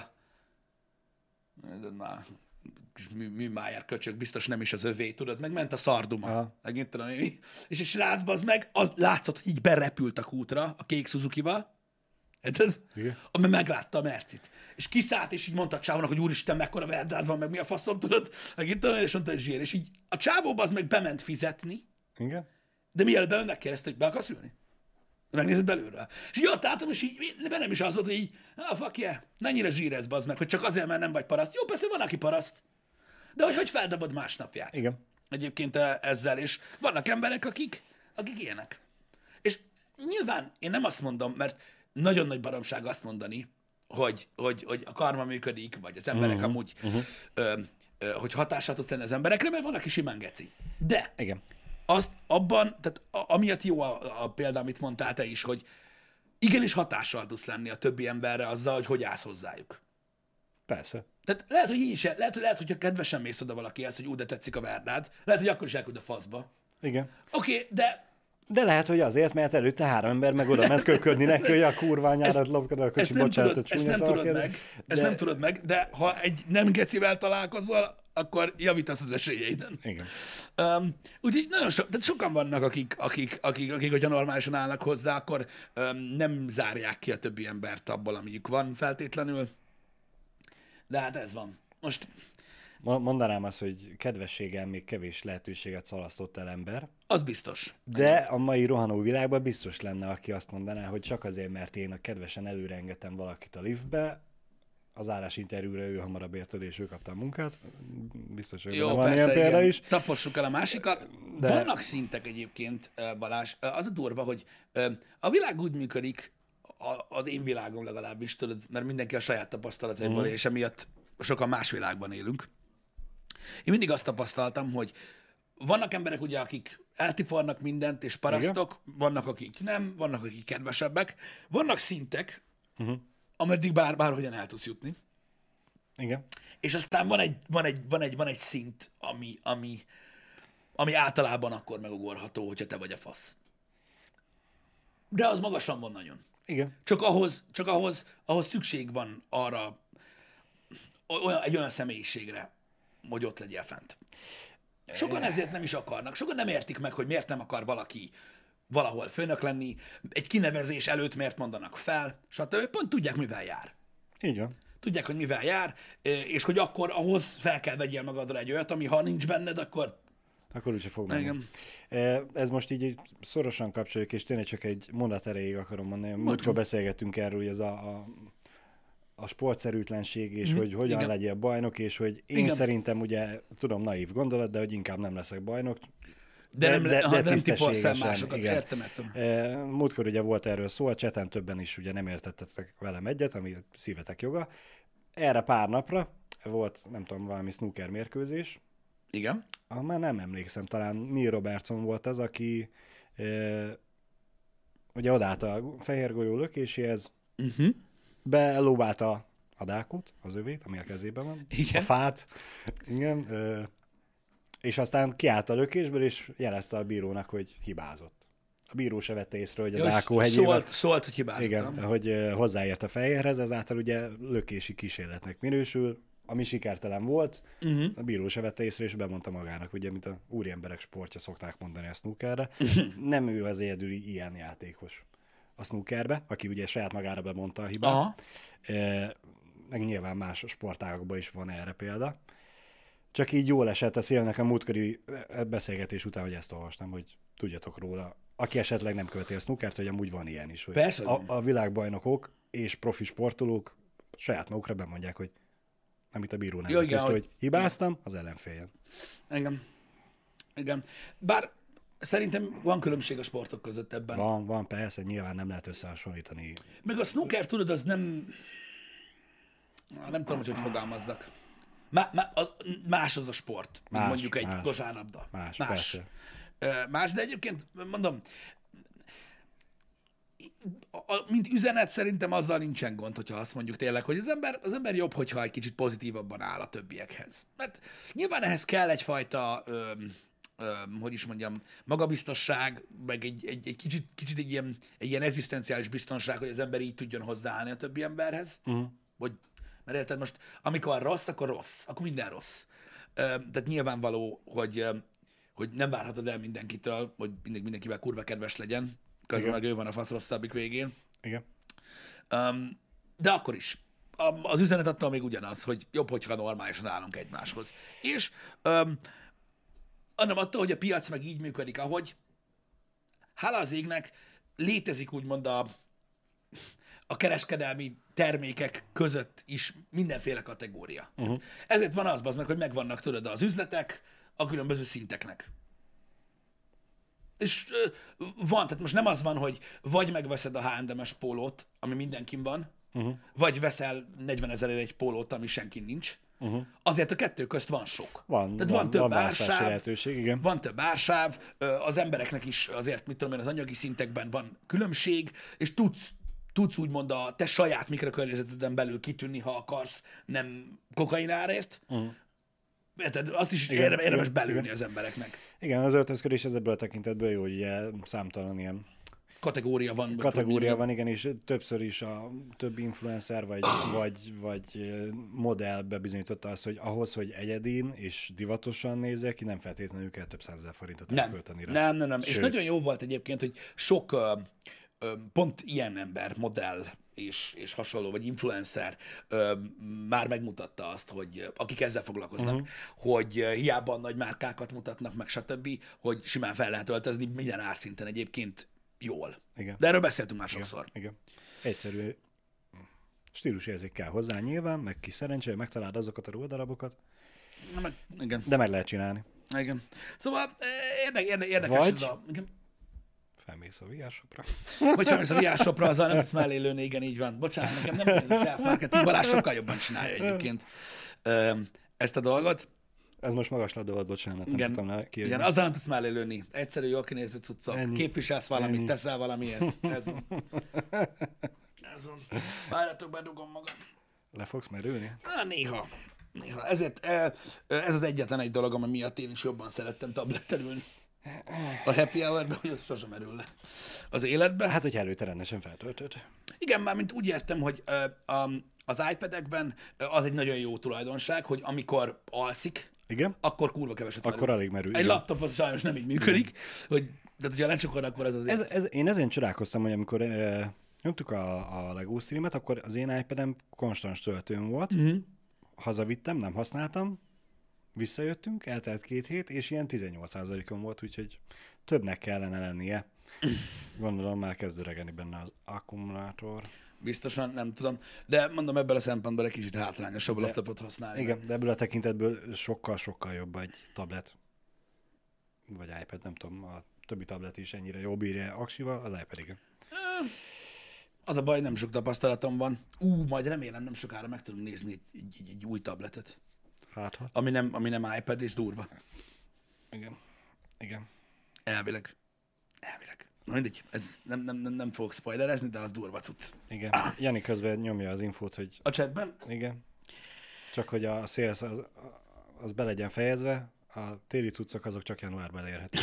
már műmájár köcsök, biztos nem is az övé, tudod, meg ment a szarduma, meg mit tudom én. És egy srácba az meg, az látszott, hogy így berepült a kútra, a kék Suzuki-val, ami meglátta a Mercit. És kiszállt, és így mondta a csávónak, hogy úristen, mekkora verdád van, meg mi a faszom, tudod, meg itt és mondta, hogy zsír. És így a csávóba az meg bement fizetni, igen? De mielőtt bement, megkérdezte, hogy be akarsz ülni? Megnézed belülről. És így ott álltam, és így bennem is az volt, hogy így, fuck yeah, mennyire zsír ez, bazd meg, hogy csak azért, mert nem vagy paraszt. Jó, persze van, aki paraszt. De hogy feldobod másnapját. Igen. Egyébként ezzel, és vannak emberek, akik ilyenek. És nyilván én nem azt mondom, mert nagyon nagy baromság azt mondani, hogy a karma működik, vagy az emberek amúgy, hogy hatással tudsz tenni az emberekre, mert van, aki simán geci. De igen. Azt abban, tehát amiatt jó a példa, amit mondtál te is, hogy igenis hatással tudsz lenni a többi emberre azzal, hogy állsz hozzájuk. Persze. Tehát lehet, hogy így is, lehet, hogyha kedvesen mész oda valakihez, hogy de tetszik a verdád, lehet, hogy akkor is elküld a faszba. Igen. Oké, de lehet, hogy azért, mert előtte 3 ember meg oda ment köpködni neki, hogy a kurványárat lopkod a kocsi, bocsánatot, ezt nem tudod meg. Ezt nem tudod meg, de ha egy nem gecivel találkozol, akkor javítasz az esélyeiden. Igen. Úgyhogy nagyon tehát sokan vannak, akik, hogyha normálisan állnak hozzá, akkor nem zárják ki a többi embert abból, amiük van feltétlenül. De hát ez van. Most mondanám azt, hogy kedvességgel még kevés lehetőséget szalasztott el ember. Az biztos. De a mai rohanó világban biztos lenne, aki azt mondaná, hogy csak azért, mert én kedvesen előrengetem valakit a liftbe, az állásinterjúra ő hamarabb érted, és ő kapta a munkát. Biztos, hogy jó, van persze, ilyen példa is. Tapossuk el a másikat. De vannak szintek egyébként, Balázs. Az a durva, hogy a világ úgy működik, az én világom legalábbis, tudod, mert mindenki a saját tapasztalataiból, és emiatt sokan más világban élünk. Én mindig azt tapasztaltam, hogy vannak emberek ugye, akik eltifarnak mindent, és parasztok, vannak, akik nem, vannak, akik kedvesebbek. Vannak szintek, ameddig bárhogyan el tudsz jutni. Igen. És aztán van egy szint, ami általában akkor megugorható, hogyha te vagy a fasz. De az magasan van nagyon. Igen. Csak ahhoz szükség van arra, egy olyan személyiségre, hogy ott legyél fent. Sokan ezért nem is akarnak. Sokan nem értik meg, hogy miért nem akar valaki valahol főnök lenni, egy kinevezés előtt miért mondanak fel, stb. Pont tudják, mivel jár. Így van. Tudják, hogy mivel jár, és hogy akkor ahhoz fel kell vegyél magadra egy olyat, ami ha nincs benned, akkor... Akkor úgyse fog menni. Igen. Ez most így szorosan kapcsoljuk, és tényleg csak egy mondat erejéig akarom mondani. Múltkor beszélgettünk erről, hogy ez a sportszerűtlenség, és hogy hogyan Igen. legyél bajnok, és hogy én Igen. szerintem ugye, tudom, naív gondolat, de hogy inkább nem leszek bajnok. De nem tipolsz el tisztességesen, másokat, igen. értem. Múltkor ugye volt erről szó, a cseten többen is ugye nem értettetek velem egyet, ami szívetek joga. Erre pár napra volt, nem tudom, valami snooker mérkőzés. Igen. Már nem emlékszem, talán Neil Robertson volt az, aki ugye odállt a fehér golyó lökéséhez, belóbálta a dákot, az övét, ami a kezében van, Igen. a fát, igen, és aztán kiállt a lökésből, és jelezte a bírónak, hogy hibázott. A bíró se vette észre, hogy a dákó hegyében... Szólt, hogy hibázottam. Igen, hogy hozzáért a fehérhez, ezáltal ugye lökési kísérletnek minősül, ami sikertelen volt, a bíró se vette észre, és bemondta magának, ugye, mint a úriemberek sportja szokták mondani a snookerre. Nem ő az egyedüli ilyen játékos a snookerbe, aki ugye saját magára bemondta a hibát. Aha. Meg nyilván más sportágokban is van erre példa. Csak így jól esett a szélnek a múltkori beszélgetés után, hogy ezt olvastam, hogy tudjatok róla. Aki esetleg nem követi a snookert, hogy amúgy van ilyen is. Hogy Persze. a világbajnokok és profi sportolók saját magukra bemondják, hogy amit a bíró nem Jó, igen, hogy hibáztam, az ellenféljen. Engem. Igen. Bár szerintem van különbség a sportok között ebben. Van, persze, nyilván nem lehet összehasonlítani. Meg a snooker, tudod, az nem... Nem tudom, hogy fogalmazzak. Más az a sport, mint mondjuk egy kosárlabda. Más, persze. Más, de egyébként mondom, mint üzenet szerintem azzal nincsen gond, hogyha azt mondjuk tényleg, hogy az ember jobb, hogyha egy kicsit pozitívabban áll a többiekhez. Mert nyilván ehhez kell egyfajta, hogy is mondjam, magabiztosság, meg egy kicsit egy ilyen egzisztenciális biztonság, hogy az ember így tudjon hozzáállni a többi emberhez. Vagy, mert érted, most amikor rossz, akkor minden rossz. Tehát nyilvánvaló, hogy nem várhatod el mindenkitől, hogy mindenkivel kurva kedves legyen, közben meg ő van a fasz rosszabbik végén. Igen. De akkor is. Az üzenet attól még ugyanaz, hogy jobb, hogyha normálisan állunk egymáshoz. És annak attól, hogy a piac meg így működik, ahogy hála az égnek létezik úgymond a kereskedelmi termékek között is mindenféle kategória. Ezért van az, bazd meg, hogy megvannak, tudod, az üzletek a különböző szinteknek. És van, tehát most nem az van, hogy vagy megveszed a H&M-es pólót, ami mindenkin van, vagy veszel 40 000 egy pólót, ami senkin nincs. Azért a kettő közt van sok. Tehát van több ársáv, igen. van több ársáv, az embereknek is azért, mit tudom én, az anyagi szintekben van különbség, és tudsz úgymond a te saját mikrokörnyezeteden belül kitűnni, ha akarsz, nem kokainárért. Tehát azt is érdemes belülni az embereknek. Igen, az öltözködés ez ebből a tekintetből jó, hogy ugye számtalan ilyen kategória van, igen, és többször is a több influencer vagy modell bebizonyította azt, hogy ahhoz, hogy egyedin és divatosan nézzek ki, nem feltétlenül kell több 100 000 forintot elkölteni rá. Nem. És nagyon jó volt egyébként, hogy sok pont ilyen ember, modell és hasonló, vagy influencer már megmutatta azt, hogy akik ezzel foglalkoznak, hogy hiába nagy márkákat mutatnak meg, stb., hogy simán fel lehet öltözni minden árszinten egyébként jól. Igen. De erről beszéltünk már sokszor. Igen. Egyszerű stílusérzék kell hozzá nyilván, meg kis szerencsé, megtaláld azokat a ruhadarabokat, Igen. de meg lehet csinálni. Igen. Szóval érdekes Vagy ez a... Igen. Felmész a VR-shopra. Vagy felmész a VR-shopra, azzal nem tudsz mellé lőni, igen, így van. Bocsánat, nekem nem ez a self-marketing, Balázs sokkal jobban csinálja egyébként ezt a dolgot. Ez most magas ladó volt, bocsánat, nem tudtam kiadni. Igen, azzal nem tudsz mellé lőni. Egyszerű, jól kinéző cuccok. Képviselsz valamit, teszel valamiért. Ez van. Várjatok, bedugom magam. Le fogsz merülni? Néha. Ezért ez az egyetlen egy dolog, ami miatt én is jobban szerettem tabletten ülni. A happy hour-ben, hogy sosem merül le az életbe. Hát, hogy előtte rendesen feltöltöd. Igen, mármint úgy értem, hogy az iPad-ekben az egy nagyon jó tulajdonság, hogy amikor alszik, Igen? akkor kurva keveset Akkor alud. alig merül. Egy igen. laptop az sajnos nem így működik, hogy, tehát hogyha lecsukod, akkor ez azért. Én ezen csodálkoztam, hogy amikor nyomtuk a LEGO streamet, akkor az én iPad-em konstans töltőn volt, hazavittem, nem használtam, visszajöttünk, eltelt 2 hét, és ilyen 18%-on volt, úgyhogy többnek kellene lennie. Gondolom már kezd öregedni benne az akkumulátor. Biztosan, nem tudom. De mondom, ebből a szempontból egy kicsit hátrányosabb a laptopot használni. Igen, de ebből a tekintetből sokkal-sokkal jobb egy tablet, vagy iPad, nem tudom, a többi tablet is ennyire jobb bírja aksival, az iPad igen. Az a baj, nem sok tapasztalatom van. Majd remélem nem sokára meg tudunk nézni egy új tabletet. Hát. Ami nem iPad, és durva. Igen. Elvileg. Na mindegy, ez nem fogok spoilerezni, de az durva cucc. Igen. Jani közben nyomja az infót, hogy A chatben? igen. Csak hogy a sales az be legyen fejezve, a téli cuccok azok csak januárban elérhetők.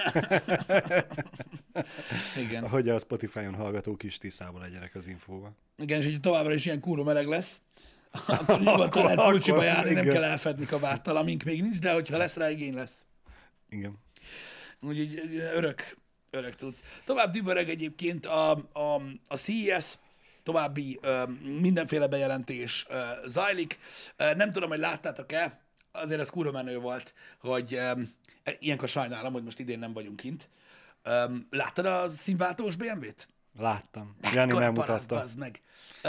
Igen. Hogy a Spotify-on hallgatók is tisztában legyenek az infóval. Igen, és így továbbra is ilyen kurva meleg lesz, akkor nyugodtan lehet pulcsiba járni, nem igen. kell elfedni kabáttal, amink még nincs, de hogyha lesz rá igény lesz. Igen. Úgyhogy ez ilyen örök cucc. Tovább dübörög egyébként a CES, további mindenféle bejelentés zajlik. Nem tudom, hogy láttátok-e, azért ez kurva menő volt, hogy ilyenkor sajnálom, hogy most idén nem vagyunk kint. Láttad a színváltós BMW-t? Láttam. Jani megmutatta. Bazd meg.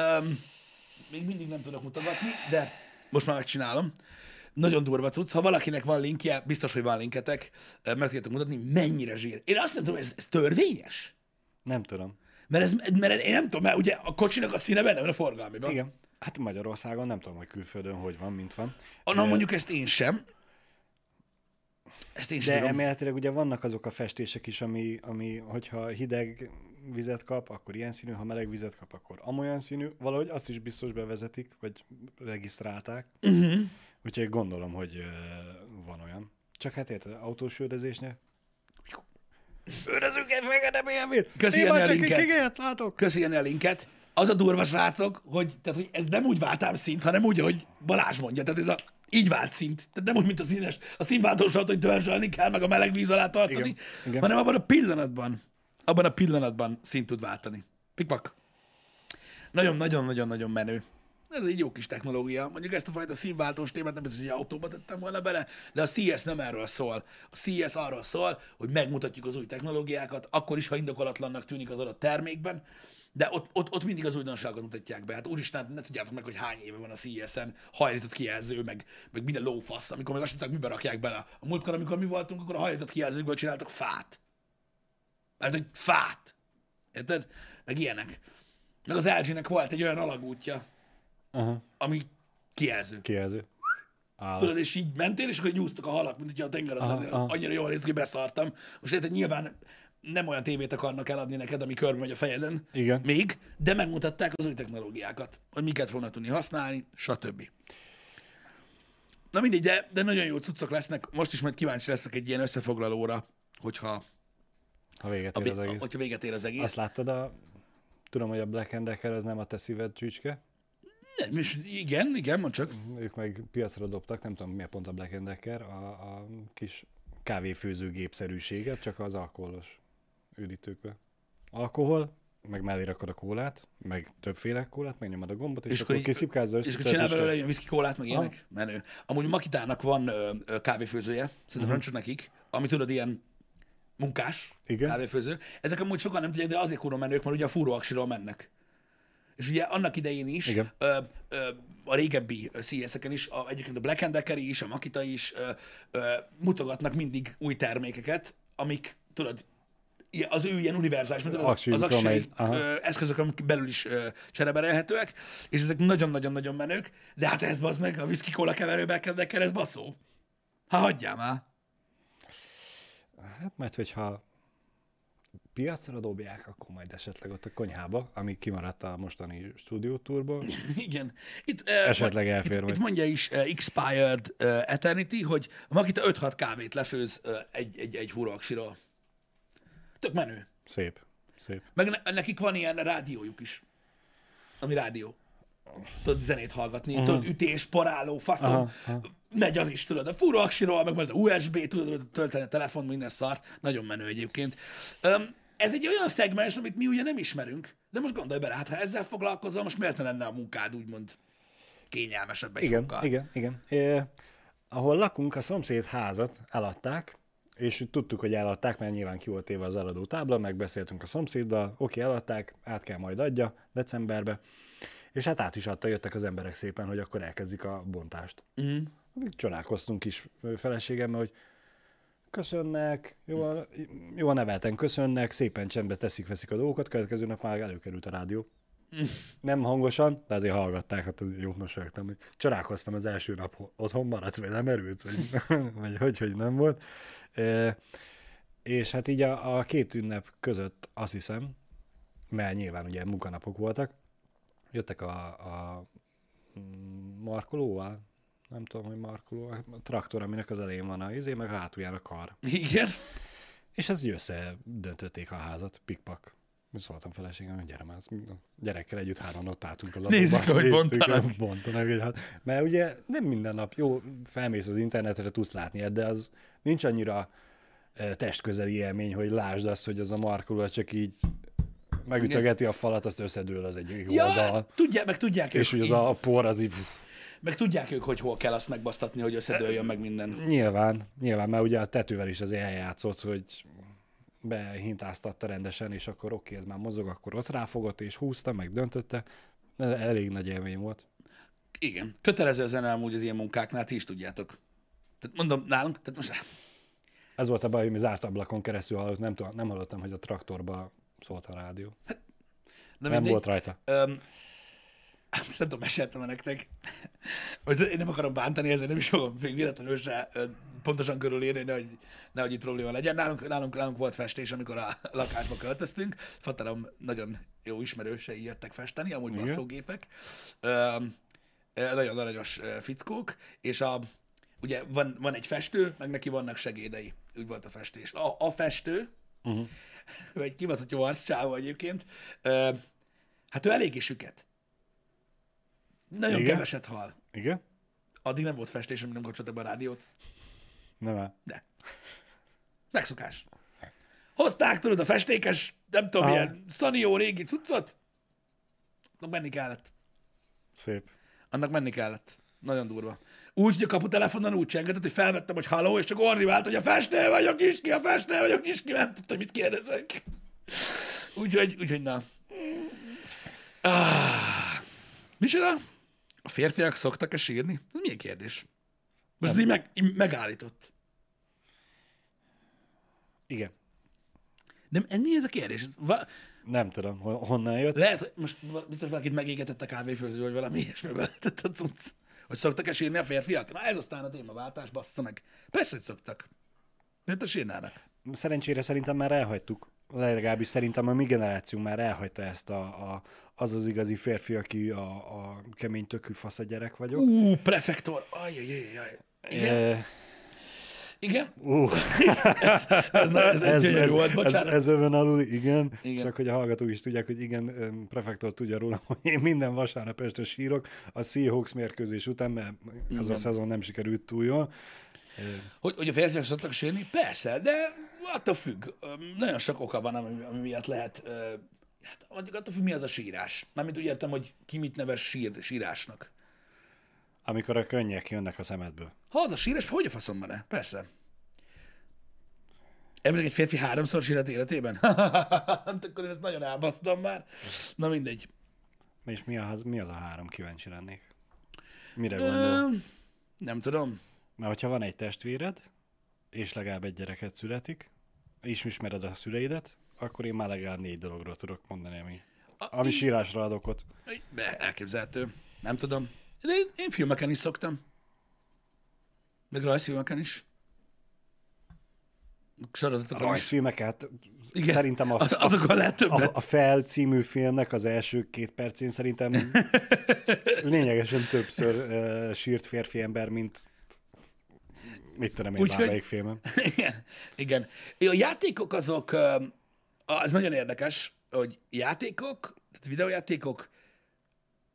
Még mindig nem tudok mutogatni, de most már megcsinálom. Nagyon durva cucc. Ha valakinek van linkje, biztos, hogy van linketek, meg tudjátok mutatni, mennyire zsír. Én azt nem tudom, ez törvényes? Nem tudom. Mert én nem tudom, mert ugye a kocsinak a színe benne van a forgalmiban. Igen. Hát Magyarországon nem tudom, hogy külföldön hogy van, mint van. Mondjuk ezt én sem. Ezt én sem De tudom. emeletileg ugye vannak azok a festések is, ami hogyha hideg vizet kap, akkor ilyen színű, ha meleg vizet kap, akkor amolyan színű. Valahogy azt is biztos bevezetik, vagy regisztrálták. Úgyhogy gondolom, hogy van olyan. Csak hát érted, autós üldözésnél. Őrözünk egy fekete BMW-t! Köszi, Én Jani, már a csak linket. egy kigényt látok! Köszi, Jani, a linket. Az a durva, srácok, hogy ez nem úgy váltám szint, hanem úgy, hogy Balázs mondja. Tehát így vált szint. Tehát nem úgy, mint a színváltós autó, hogy törzsölni kell, meg a meleg víz alá tartani, Igen. hanem abban a pillanatban szint tud váltani. Pikpak. Nagyon-nagyon-nagyon-nagyon menő. Ez egy jó kis technológia. Mondjuk ezt a fajta színváltós témát nem biztos, hogy autóba tettem volna bele, de a CES nem erről szól. A CES arról szól, hogy megmutatjuk az új technológiákat, akkor is, ha indokolatlannak tűnik az adott termékben, de ott mindig az újdonságokat mutatják be. Hát úristen, ne tudjátok meg, hogy hány éve van a CES-en hajlított kijelző, meg minden lófasz, amikor meg azt mondták, miben rakják bele. A múltkor, amikor mi voltunk, akkor a hajlított kijelzőkből csináltak fát. Hát egy fát. Érted? Meg ilyenek. Meg az LG-nek volt egy olyan alagútja, ami kijelző. Kijelző. Tudod, és így mentél, és akkor nyúztak a halak, mint hogyha a tengerben lennél. Annyira jól néz ki, hogy beszartam. Most érted, nyilván nem olyan tévét akarnak eladni neked, ami körbe megy a fejeden. Igen. Még, de megmutatták az új technológiákat, hogy miket fognak tudni használni, stb. Na mindegy, de nagyon jó cuccok lesznek. Most is majd kíváncsi leszek egy ilyen összefoglalóra, hogyha véget ér az egész. hogyha véget ér az egész. Azt láttad, tudom, hogy a Black & Decker az nem a te szíved csücske. Nem, és igen, mondd csak. Ők meg piacra dobtak, nem tudom, mi a pont a Black & Decker, a kis kávéfőzőgépszerűséget, csak az alkoholos üdítőkbe. Alkohol, meg mellé rakod a kólát, meg többféle kólát, megnyomod a gombot, és akkor kiszipkázza és akkor csinál belőle ilyen whisky kólát, meg ilyenek. Menő. Amúgy Makitának van kávéfőzője, szerintem nem csak nekik, ami tudod, ilyen munkás kávéfőző. Ezek amúgy sokan nem tudják, de azért kurva menők, mert ugye a fúróaksiról mennek. És ugye annak idején is, a régebbi CES-eken is, egyébként a Black & Decker is, a Makita is mutogatnak mindig új termékeket, amik, tudod, az ő ilyen univerzális, mint az aksiaik eszközök, amik belül is csereberelhetőek, és ezek nagyon-nagyon-nagyon menők, de hát ez bazd meg, a whisky cola keverő Black & Decker, ez baszó. Hagyjál már. Hát mert hogyha piacra dobják, akkor majd esetleg ott a konyhába, ami kimaradt a mostani stúdiótúrból. Igen. Esetleg elfér. Itt mondja is Expired Eternity, hogy a Makita 5-6 kávét lefőz egy fúróaksiról. Tök menő. Szép. Meg nekik van ilyen rádiójuk is. Ami rádió. tudod zenét hallgatni, tudod, ütés, paráló, faszom, megy az is, tudod, a furó aksiról, meg majd a USB, tudod tölteni a telefon, minden szart, nagyon menő egyébként. Ez egy olyan szegmens, amit mi ugye nem ismerünk, de most gondolj bele, hát ha ezzel foglalkozol, most miért ne lenne a munkád úgymond kényelmesebb egy fokkal? Igen. Ahol lakunk, a szomszéd házat eladták, és tudtuk, hogy eladták, mert nyilván ki volt téve az eladó tábla, megbeszéltünk a szomszéddal, oké, eladták, át kell majd adja decemberbe, és hát át is adta, jöttek az emberek szépen, hogy akkor elkezdik a bontást. Csodálkoztunk is feleségemmel, hogy köszönnek, jól nevelten köszönnek, szépen csendbe veszik a dolgokat, következő nap már előkerült a rádió. Nem hangosan, de azért hallgatták, hát jó, mosolyogtam, hogy csodálkoztam az első nap, otthon maradt, vagy nem erült, vagy hogy nem volt. És hát így a két ünnep között azt hiszem, mert nyilván ugye munkanapok voltak, jöttek a markolóval, nem tudom, hogy markoló, a traktor, aminek az elején van a izé, meg a hátulján a kar. Igen. És hát úgy összedöntötték a házat, pikpak. Szóltam feleségem, hogy gyere már, gyerekkel együtt hárman ott álltunk az adóba. Nézzük, hogy bontanak. Mert ugye nem minden nap, jó, felmész az internetre, tudsz látni, de az nincs annyira testközeli élmény, hogy lásd azt, hogy az a markoló csak így megütögeti a falat, azt összedől az egyik oldal. Tudják és hogy az a por az így... Meg tudják ők, hogy hol kell azt megbasztatni, hogy összedőljön meg minden. Nyilván, mert ugye a tetővel is azért eljátszott, hogy behintáztatta rendesen, és akkor oké, ez már mozog, akkor ott ráfogott, és húzta, meg döntötte. Elég nagy élmény volt. Igen. Kötelező zene amúgy az ilyen munkáknál, ti is tudjátok. Tehát mondom, nálunk, tehát most... Ez volt a baj, hogy mi zárt ablakon keresztül hallott, nem hallottam, hogy a traktorba szólt a rádió. Hát, nem volt rajta. Ezt nem tudom, meséltem nektek. Most én nem akarom bántani, ezért nem is fogom még véletlenül se pontosan körülírni, hogy nehogy itt probléma legyen. Nálunk volt festés, amikor a lakásba költöztünk. Faterom nagyon jó ismerősei jöttek festeni, amúgy basszógépek. Nagyon aranyos fickók, és ugye van egy festő, meg neki vannak segédei. Úgy volt a festés. A festő, egy kibaszott jó arccsávó egyébként, hát ő eléggé süket. Nagyon keveset hal. Igen? Addig nem volt festés, amíg nem kapcsoltak be a rádiót. Nem. De. Megszokás. Hozták, tudod, a festékes, nem tudom, ilyen szanió régi cuccot. Annak menni kellett. Szép. Annak menni kellett. Nagyon durva. Úgy, hogy a kaputelefonon úgy csengetett, hogy felvettem, hogy halló, és csak orrivált, hogy a festő vagyok Iski, nem tudtam, mit kérdezek. Úgyhogy na. Micsoda? A férfiak szoktak-e sírni? Ez milyen kérdés? Most ez így megállított. Igen. Nem, mi ez a kérdés? Nem tudom, honnan jött. Lehet, most biztos valakit megégetett a kávéfőző, vagy valami ilyesmibe lehetett a cucc. Hogy szoktak-e sírni a férfiak? Na ez aztán a témaváltás, bassza meg. Persze, hogy szoktak. Miért a sírnának? Szerencsére szerintem már elhagytuk. Legalábbis szerintem a mi generációnk már elhagyta ezt az igazi férfi, aki a kemény tökű fasz a gyerek vagyok. Prefektor! Ajjajjajjaj. Igen? Igen? Ez gyönyörű volt, bocsánat. Ez övön alul, igen. Csak hogy a hallgatók is tudják, hogy igen, Prefektor tudja róla, hogy én minden vasárnap este sírok a Seahawks mérkőzés után, mert az a szezon nem sikerült túl jól. Hogy a férfiak szoktak sírni? Persze, de attól függ. Nagyon sok oka van, ami miatt lehet. Mondjuk attól függ, mi az a sírás. Mármint úgy értem, hogy ki mit nevez sírásnak. Amikor a könnyek jönnek a szemedből. Ha az a sírás, hogy a faszomban-e? Persze. Emlék egy férfi 3-szor sírt életében? Akkor én ezt nagyon elbasztam már. Na mindegy. És mi az a 3? Kíváncsi lennék. Mire gondol? Nem tudom. Mert hogyha van egy testvéred, és legalább egy gyereket születik, és ismered a szüleidet, akkor én már legalább 4 dologról tudok mondani, ami sírásra ad okot. Elképzelhető. Nem tudom. De én filmeken is szoktam. Meg rajzfilmeken is. Sorozatokon is. Rajzfilmeket? Igen. Szerintem azokon lehet többet. A Fel című filmnek az első 2 percén szerintem lényegesen többször sírt férfi ember, mint mit tudom én, bármelyik filmem. Igen. A játékok azok, az nagyon érdekes, hogy játékok, tehát videójátékok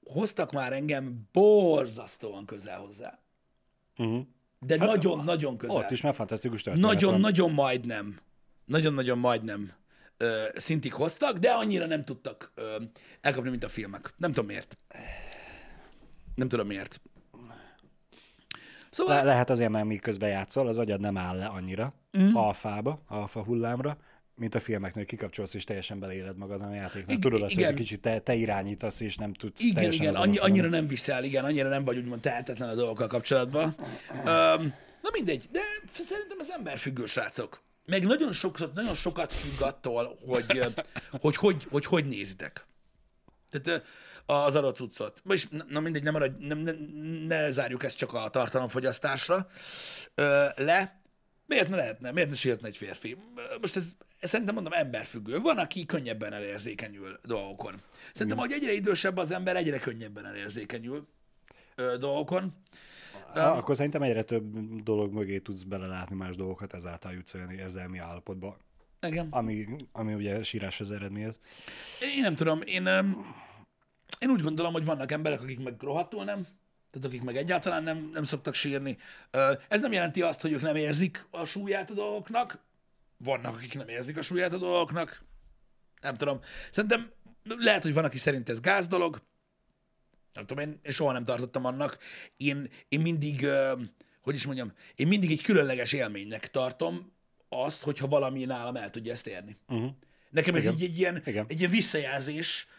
hoztak már engem borzasztóan közel hozzá. Uh-huh. De Hát nagyon-nagyon közel. Ott is már fantasztikus történet van. Nagyon-nagyon majdnem. Nagyon-nagyon majdnem szintig hoztak, de annyira nem tudtak elkapni, mint a filmek. Nem tudom miért. Nem tudom miért. Szóval... Lehet azért, mert miközben játszol, az agyad nem áll le annyira alfa hullámra, mint a filmeknél, kikapcsolsz és teljesen beleéled magad a játéknak. Tudod azt, hogy egy kicsit te irányítasz, és nem tudsz teljesen Igen, annyira nem viszel, igen, annyira nem vagy úgymond tehetetlen a dolgokkal kapcsolatban. Na mindegy, de szerintem ez emberfüggő, srácok. Meg nagyon sokat függ attól, hogy nézitek. Tehát az adott cuccot. És na mindegy, ne zárjuk ezt csak a tartalomfogyasztásra le. Miért ne lehetne? Miért ne sírtne egy férfi? Most ez szerintem mondom emberfüggő. Van, aki könnyebben elérzékenyül dolgokon. Szerintem, hogy egyre idősebb az ember, egyre könnyebben elérzékenyül dolgokon. Akkor szerintem egyre több dolog mögé tudsz belelátni más dolgokat, ezáltal jutsz olyan érzelmi állapotba. Igen. Ami ugye síráshoz eredményez. Én nem tudom, én úgy gondolom, hogy vannak emberek, akik meg rohadtul nem, tehát akik meg egyáltalán nem szoktak sírni. Ez nem jelenti azt, hogy ők nem érzik a súlyát a dolgoknak. Vannak, akik nem érzik a súlyát a dolgoknak. Nem tudom. Szerintem lehet, hogy van, aki szerint ez gáz dolog. Nem tudom, én soha nem tartottam annak. Én mindig, hogy is mondjam, én mindig egy különleges élménynek tartom azt, hogyha valami nálam el tudja ezt érni. Uh-huh. Nekem ez így egy ilyen visszajelzés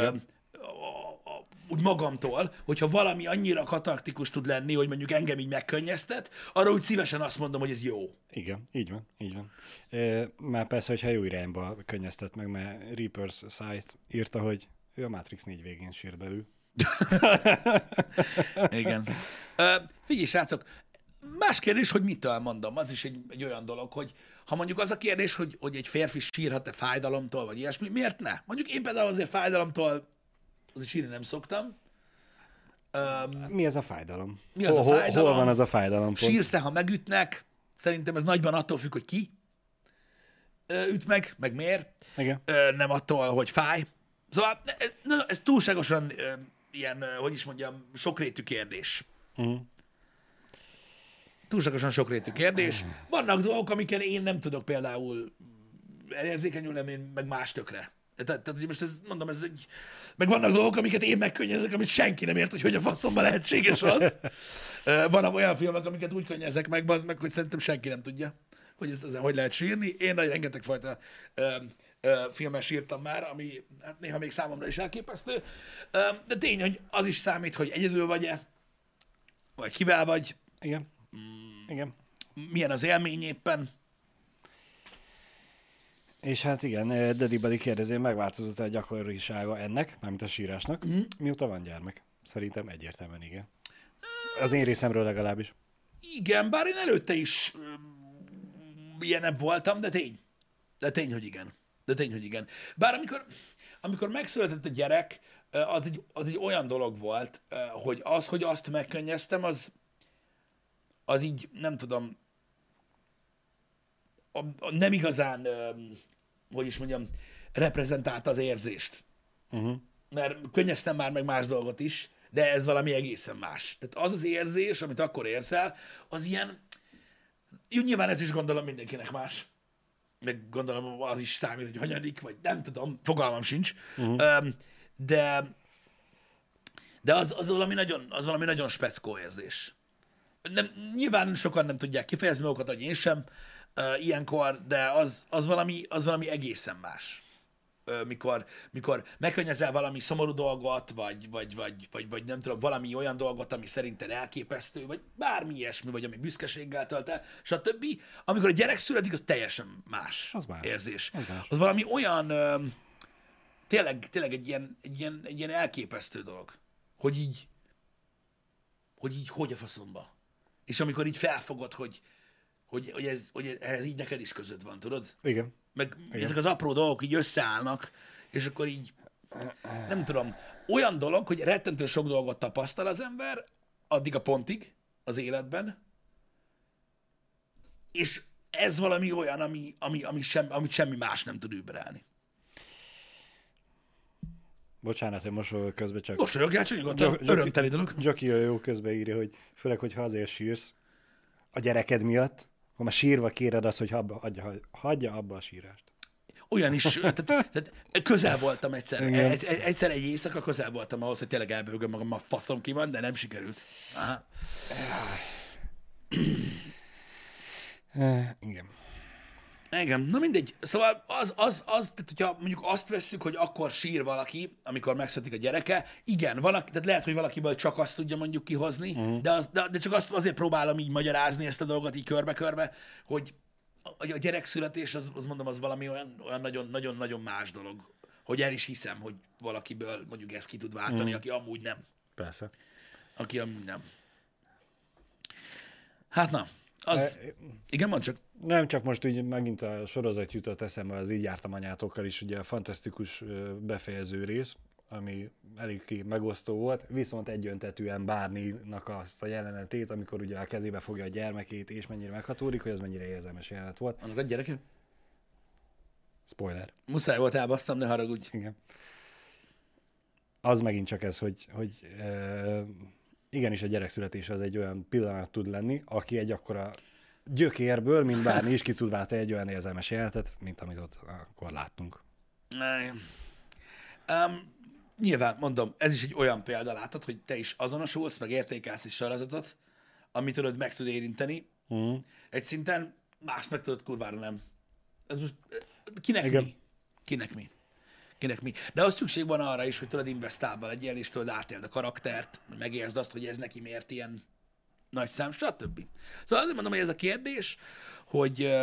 úgy magamtól, hogyha valami annyira katartikus tud lenni, hogy mondjuk engem így megkönnyeztet, arra úgy szívesen azt mondom, hogy ez jó. Igen, így van. Már persze, hogyha jó irányba könnyeztet meg, mert Reaper's Sight írta, hogy ő a Matrix 4 végén sír belül. Igen. Figyelj, srácok, más kérdés, hogy mitől mondom, az is egy olyan dolog, hogy ha mondjuk az a kérdés, hogy egy férfi sírhat-e fájdalomtól, vagy ilyesmi, miért ne? Mondjuk én például azért fájdalomtól azért sírni nem szoktam. Mi ez a fájdalom? Mi az a fájdalom? Hol van az a fájdalom? Sírsz-e, ha megütnek? Szerintem ez nagyban attól függ, hogy ki üt meg miért. Igen. Nem attól, hogy fáj. Szóval ez túlságosan ilyen, hogy is mondjam, sokrétű kérdés. Uh-huh. Túlságosan sokrétű kérdés. Vannak dolgok, amiken én nem tudok például elérzékenyülni, én meg más tökre. Tehát, hogy most mondom, ez egy... Meg vannak dolgok, amiket én megkönnyezek, amit senki nem ért, hogy a faszomban lehetséges az. Vannak olyan filmek, amiket úgy könnyezek meg, bazd meg, hogy szerintem senki nem tudja, hogy ezen hogy lehet sírni. Én rengeteg fajta filmes írtam már, ami hát néha még számomra is elképesztő. De tény, hogy az is számít, hogy egyedül vagy-e, vagy kivel vagy. Igen. Igen. Milyen az élmény éppen. És hát igen, Dedibeli kérdező, megváltozott a gyakorisága ennek, mármint a sírásnak, mióta van gyermek? Szerintem egyértelműen igen. Az én részemről legalábbis. Igen, bár én előtte is ilyenebb voltam, de tény. De tény, hogy igen. Bár amikor megszületett a gyerek, az egy olyan dolog volt, hogy azt megkönnyeztem, az így, nem tudom, nem igazán, hogy is mondjam, reprezentálta az érzést. Uh-huh. Mert könnyeztem már meg más dolgot is, de ez valami egészen más. Tehát az az érzés, amit akkor érzel, az ilyen, jó, nyilván ez is gondolom mindenkinek más. Meg gondolom az is számít, hogy hanyadik, vagy nem tudom, fogalmam sincs. Uh-huh. De az valami nagyon speckó érzés. Nyilván sokan nem tudják kifejezni magukat, hogy én sem ilyenkor, de az valami egészen más. Mikor megkönnyezel valami szomorú dolgot, vagy nem tudom, valami olyan dolgot, ami szerinted elképesztő, vagy bármi ilyesmi, vagy ami büszkeséggel tölt el, stb. Amikor a gyerek születik, az teljesen más érzés. Az valami olyan, tényleg egy ilyen elképesztő dolog, hogy hogy a faszomba. És amikor így felfogod, hogy ehhez így neked is között van, tudod? Igen. Meg igen. Ezek az apró dolgok így összeállnak, és akkor így, nem tudom, olyan dolog, hogy rettentő sok dolgot tapasztal az ember, addig a pontig az életben, és ez valami olyan, amit semmi más nem tud überelni. Bocsánat, hogy mosolyog közben, csak Mosolyogjál, csak nyugodtan, örömteli dolog. Joki a jó közben írja, hogy főleg, hogyha azért sírsz a gyereked miatt, akkor már sírva kéred azt, hogy hagyja abba a sírást. Olyan is, tehát közel voltam egyszer. Igen. Egyszer egy éjszaka közel voltam ahhoz, hogy tényleg elbőgöm magam, a faszom ki van, de nem sikerült. Aha. Igen. Igen, na mindegy. Szóval tehát hogyha mondjuk azt vesszük, hogy akkor sír valaki, amikor megszületik a gyereke, igen, tehát lehet, hogy valakiből csak azt tudja mondjuk kihozni, de csak azért próbálom így magyarázni ezt a dolgot így körbe-körbe, hogy a gyerekszületés, az mondom, az valami olyan nagyon-nagyon más dolog, hogy el is hiszem, hogy valakiből mondjuk ezt ki tud váltani, aki amúgy nem. Persze. Aki amúgy nem. Hát na, az... Igen, mondd csak. Nem, csak most úgy megint a sorozat jutott eszembe, az Így jártam anyátokkal is, ugye a fantasztikus befejező rész, ami elég megosztó volt, viszont egyöntetűen Barney-nak azt a jelenetét, amikor ugye a kezébe fogja a gyermekét, és mennyire meghatódik, hogy az mennyire érzelmes jelenet volt. Annak a gyereke? Spoiler. Muszáj volt, elbasztam, ne haragudj. Igen. Az megint csak ez, hogy igenis a gyerekszületés az egy olyan pillanat tud lenni, aki egy akkora gyökérből, mint Barney is ki tud váltani egy olyan érzelmes jelenetet, mint amit ott akkor láttunk. Nyilván, mondom, ez is egy olyan példa, látod, hogy te is azonosulsz, meg értékelsz egy sorozatot, amit tudod meg tud érinteni. Egy szinten, más meg tudod kurvára nem. Ez most, kinek Igen. mi? Kinek mi? De az szükség van arra is, hogy tudod investálva legyél, és tudod átéld a karaktert, hogy megértsd azt, hogy ez neki miért ilyen nagy szám, stb. Szóval azért mondom, hogy ez a kérdés, hogy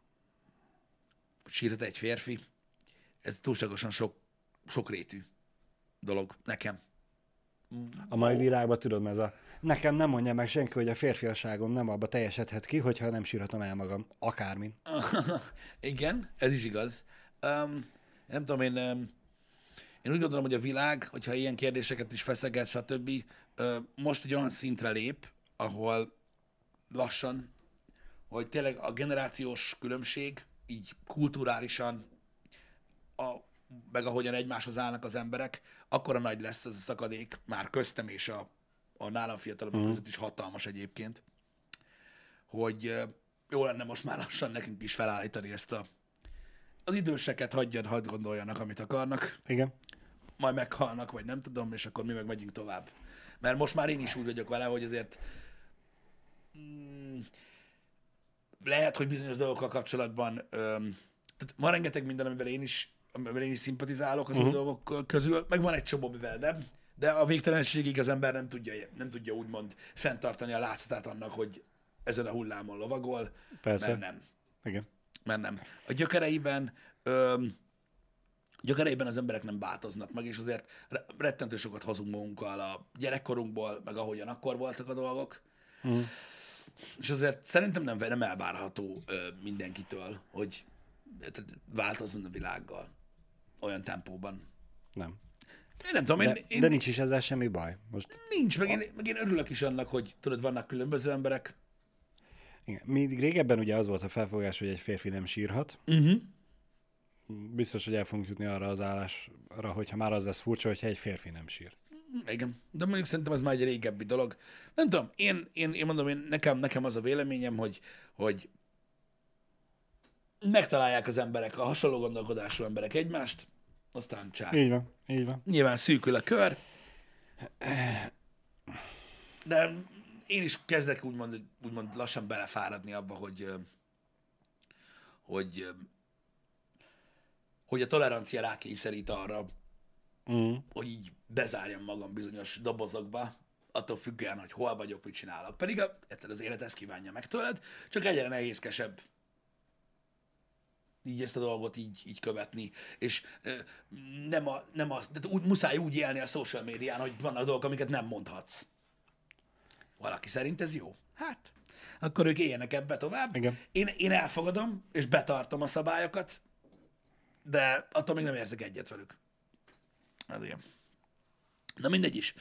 sírhat egy férfi, ez túlságosan sokrétű dolog nekem. A mai világban tudod, ez a nekem nem mondja meg senki, hogy a férfiasságom nem abba teljesedhet ki, hogyha nem sírhatom el magam, akármin. Igen, ez is igaz. Nem tudom, én úgy gondolom, hogy a világ, hogyha ilyen kérdéseket is feszeget, stb., most egy olyan szintre lép, ahol lassan, hogy tényleg a generációs különbség, így kulturálisan, meg ahogyan egymáshoz állnak az emberek, akkora nagy lesz ez a szakadék, már köztem és a nálam fiatalabbak között is hatalmas egyébként, hogy jó lenne most már lassan nekünk is felállítani ezt az időseket hadd gondoljanak, amit akarnak. Igen. Majd meghalnak, vagy nem tudom, és akkor mi meg megyünk tovább. Mert most már én is úgy vagyok vele, hogy azért lehet, hogy bizonyos dolgokkal kapcsolatban tehát van rengeteg minden, amivel én is szimpatizálok az új dolgok közül, meg van egy csomó, mivel nem, de a végtelenségig az ember nem tudja úgymond fenntartani a látszatát annak, hogy ezen a hullámon lovagol, Persze. mert nem. Igen. Mert nem. A gyökereiben az emberek nem változnak meg, és azért rettentő sokat hozunk magunkkal a gyerekkorunkból, meg ahogyan akkor voltak a dolgok. És azért szerintem nem elvárható mindenkitől, hogy változzon a világgal olyan tempóban. Nem. Én nem tudom, De nincs is ezzel semmi baj. Most nincs, meg én örülök is annak, hogy tudod, vannak különböző emberek. igen. Mindig régebben ugye az volt a felfogás, hogy egy férfi nem sírhat. Biztos, hogy el fogunk jutni arra az állásra, hogyha már az lesz furcsa, hogyha egy férfi nem sír. Igen, de mondjuk szerintem ez már egy régebbi dolog. Nem tudom, én mondom, nekem az a véleményem, hogy megtalálják az emberek, a hasonló gondolkodású emberek egymást, aztán csá. Így van, így van. Nyilván szűkül a kör, de én is kezdek úgymond lassan belefáradni abba, hogy a tolerancia rákényszerít arra, hogy így bezárjam magam bizonyos dobozokba, attól függően, hogy hol vagyok, mit csinálok. Pedig az élet ezt kívánja meg tőled, csak egyre nehézkesebb így ezt a dolgot így követni, és tehát muszáj úgy élni a social médián, hogy vannak dolgok, amiket nem mondhatsz. Valaki szerint ez jó? Hát, akkor ők éljenek ebbe tovább. Igen. Én elfogadom, és betartom a szabályokat, de attól még nem értek egyet velük. Az igen. Na mindegy is.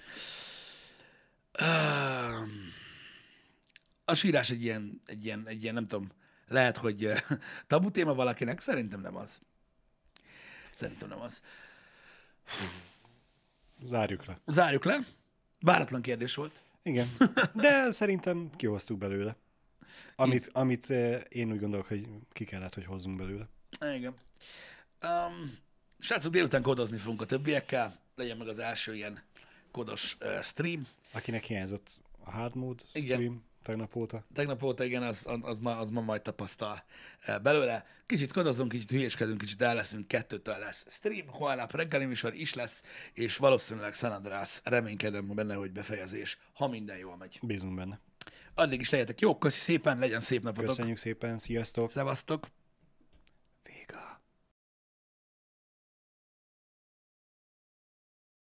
A sírás egy ilyen, nem tudom, lehet, hogy tabu téma valakinek, szerintem nem az. Zárjuk le. Zárjuk le. Váratlan kérdés volt. Igen, de szerintem kihoztuk belőle. Amit én úgy gondolok, hogy ki kellett, hogy hozzunk belőle. Igen. Srácok, délután kodozni fogunk a többiekkel. Legyen meg az első ilyen kodos stream. Akinek hiányzott a hard mode Igen. stream tegnap óta. Tegnap óta, igen, az ma majd tapasztal belőle. Kicsit kodozunk, kicsit hülyéskedünk, kicsit el leszünk, 2-től lesz stream, holnap reggeli műsor is lesz, és valószínűleg San Andreas, reménykedem benne, hogy befejezés, ha minden jól megy. Bízunk benne. Addig is legyetek jók, köszi szépen, legyen szép napotok. Köszönjük szépen, sziasztok! Szevasztok!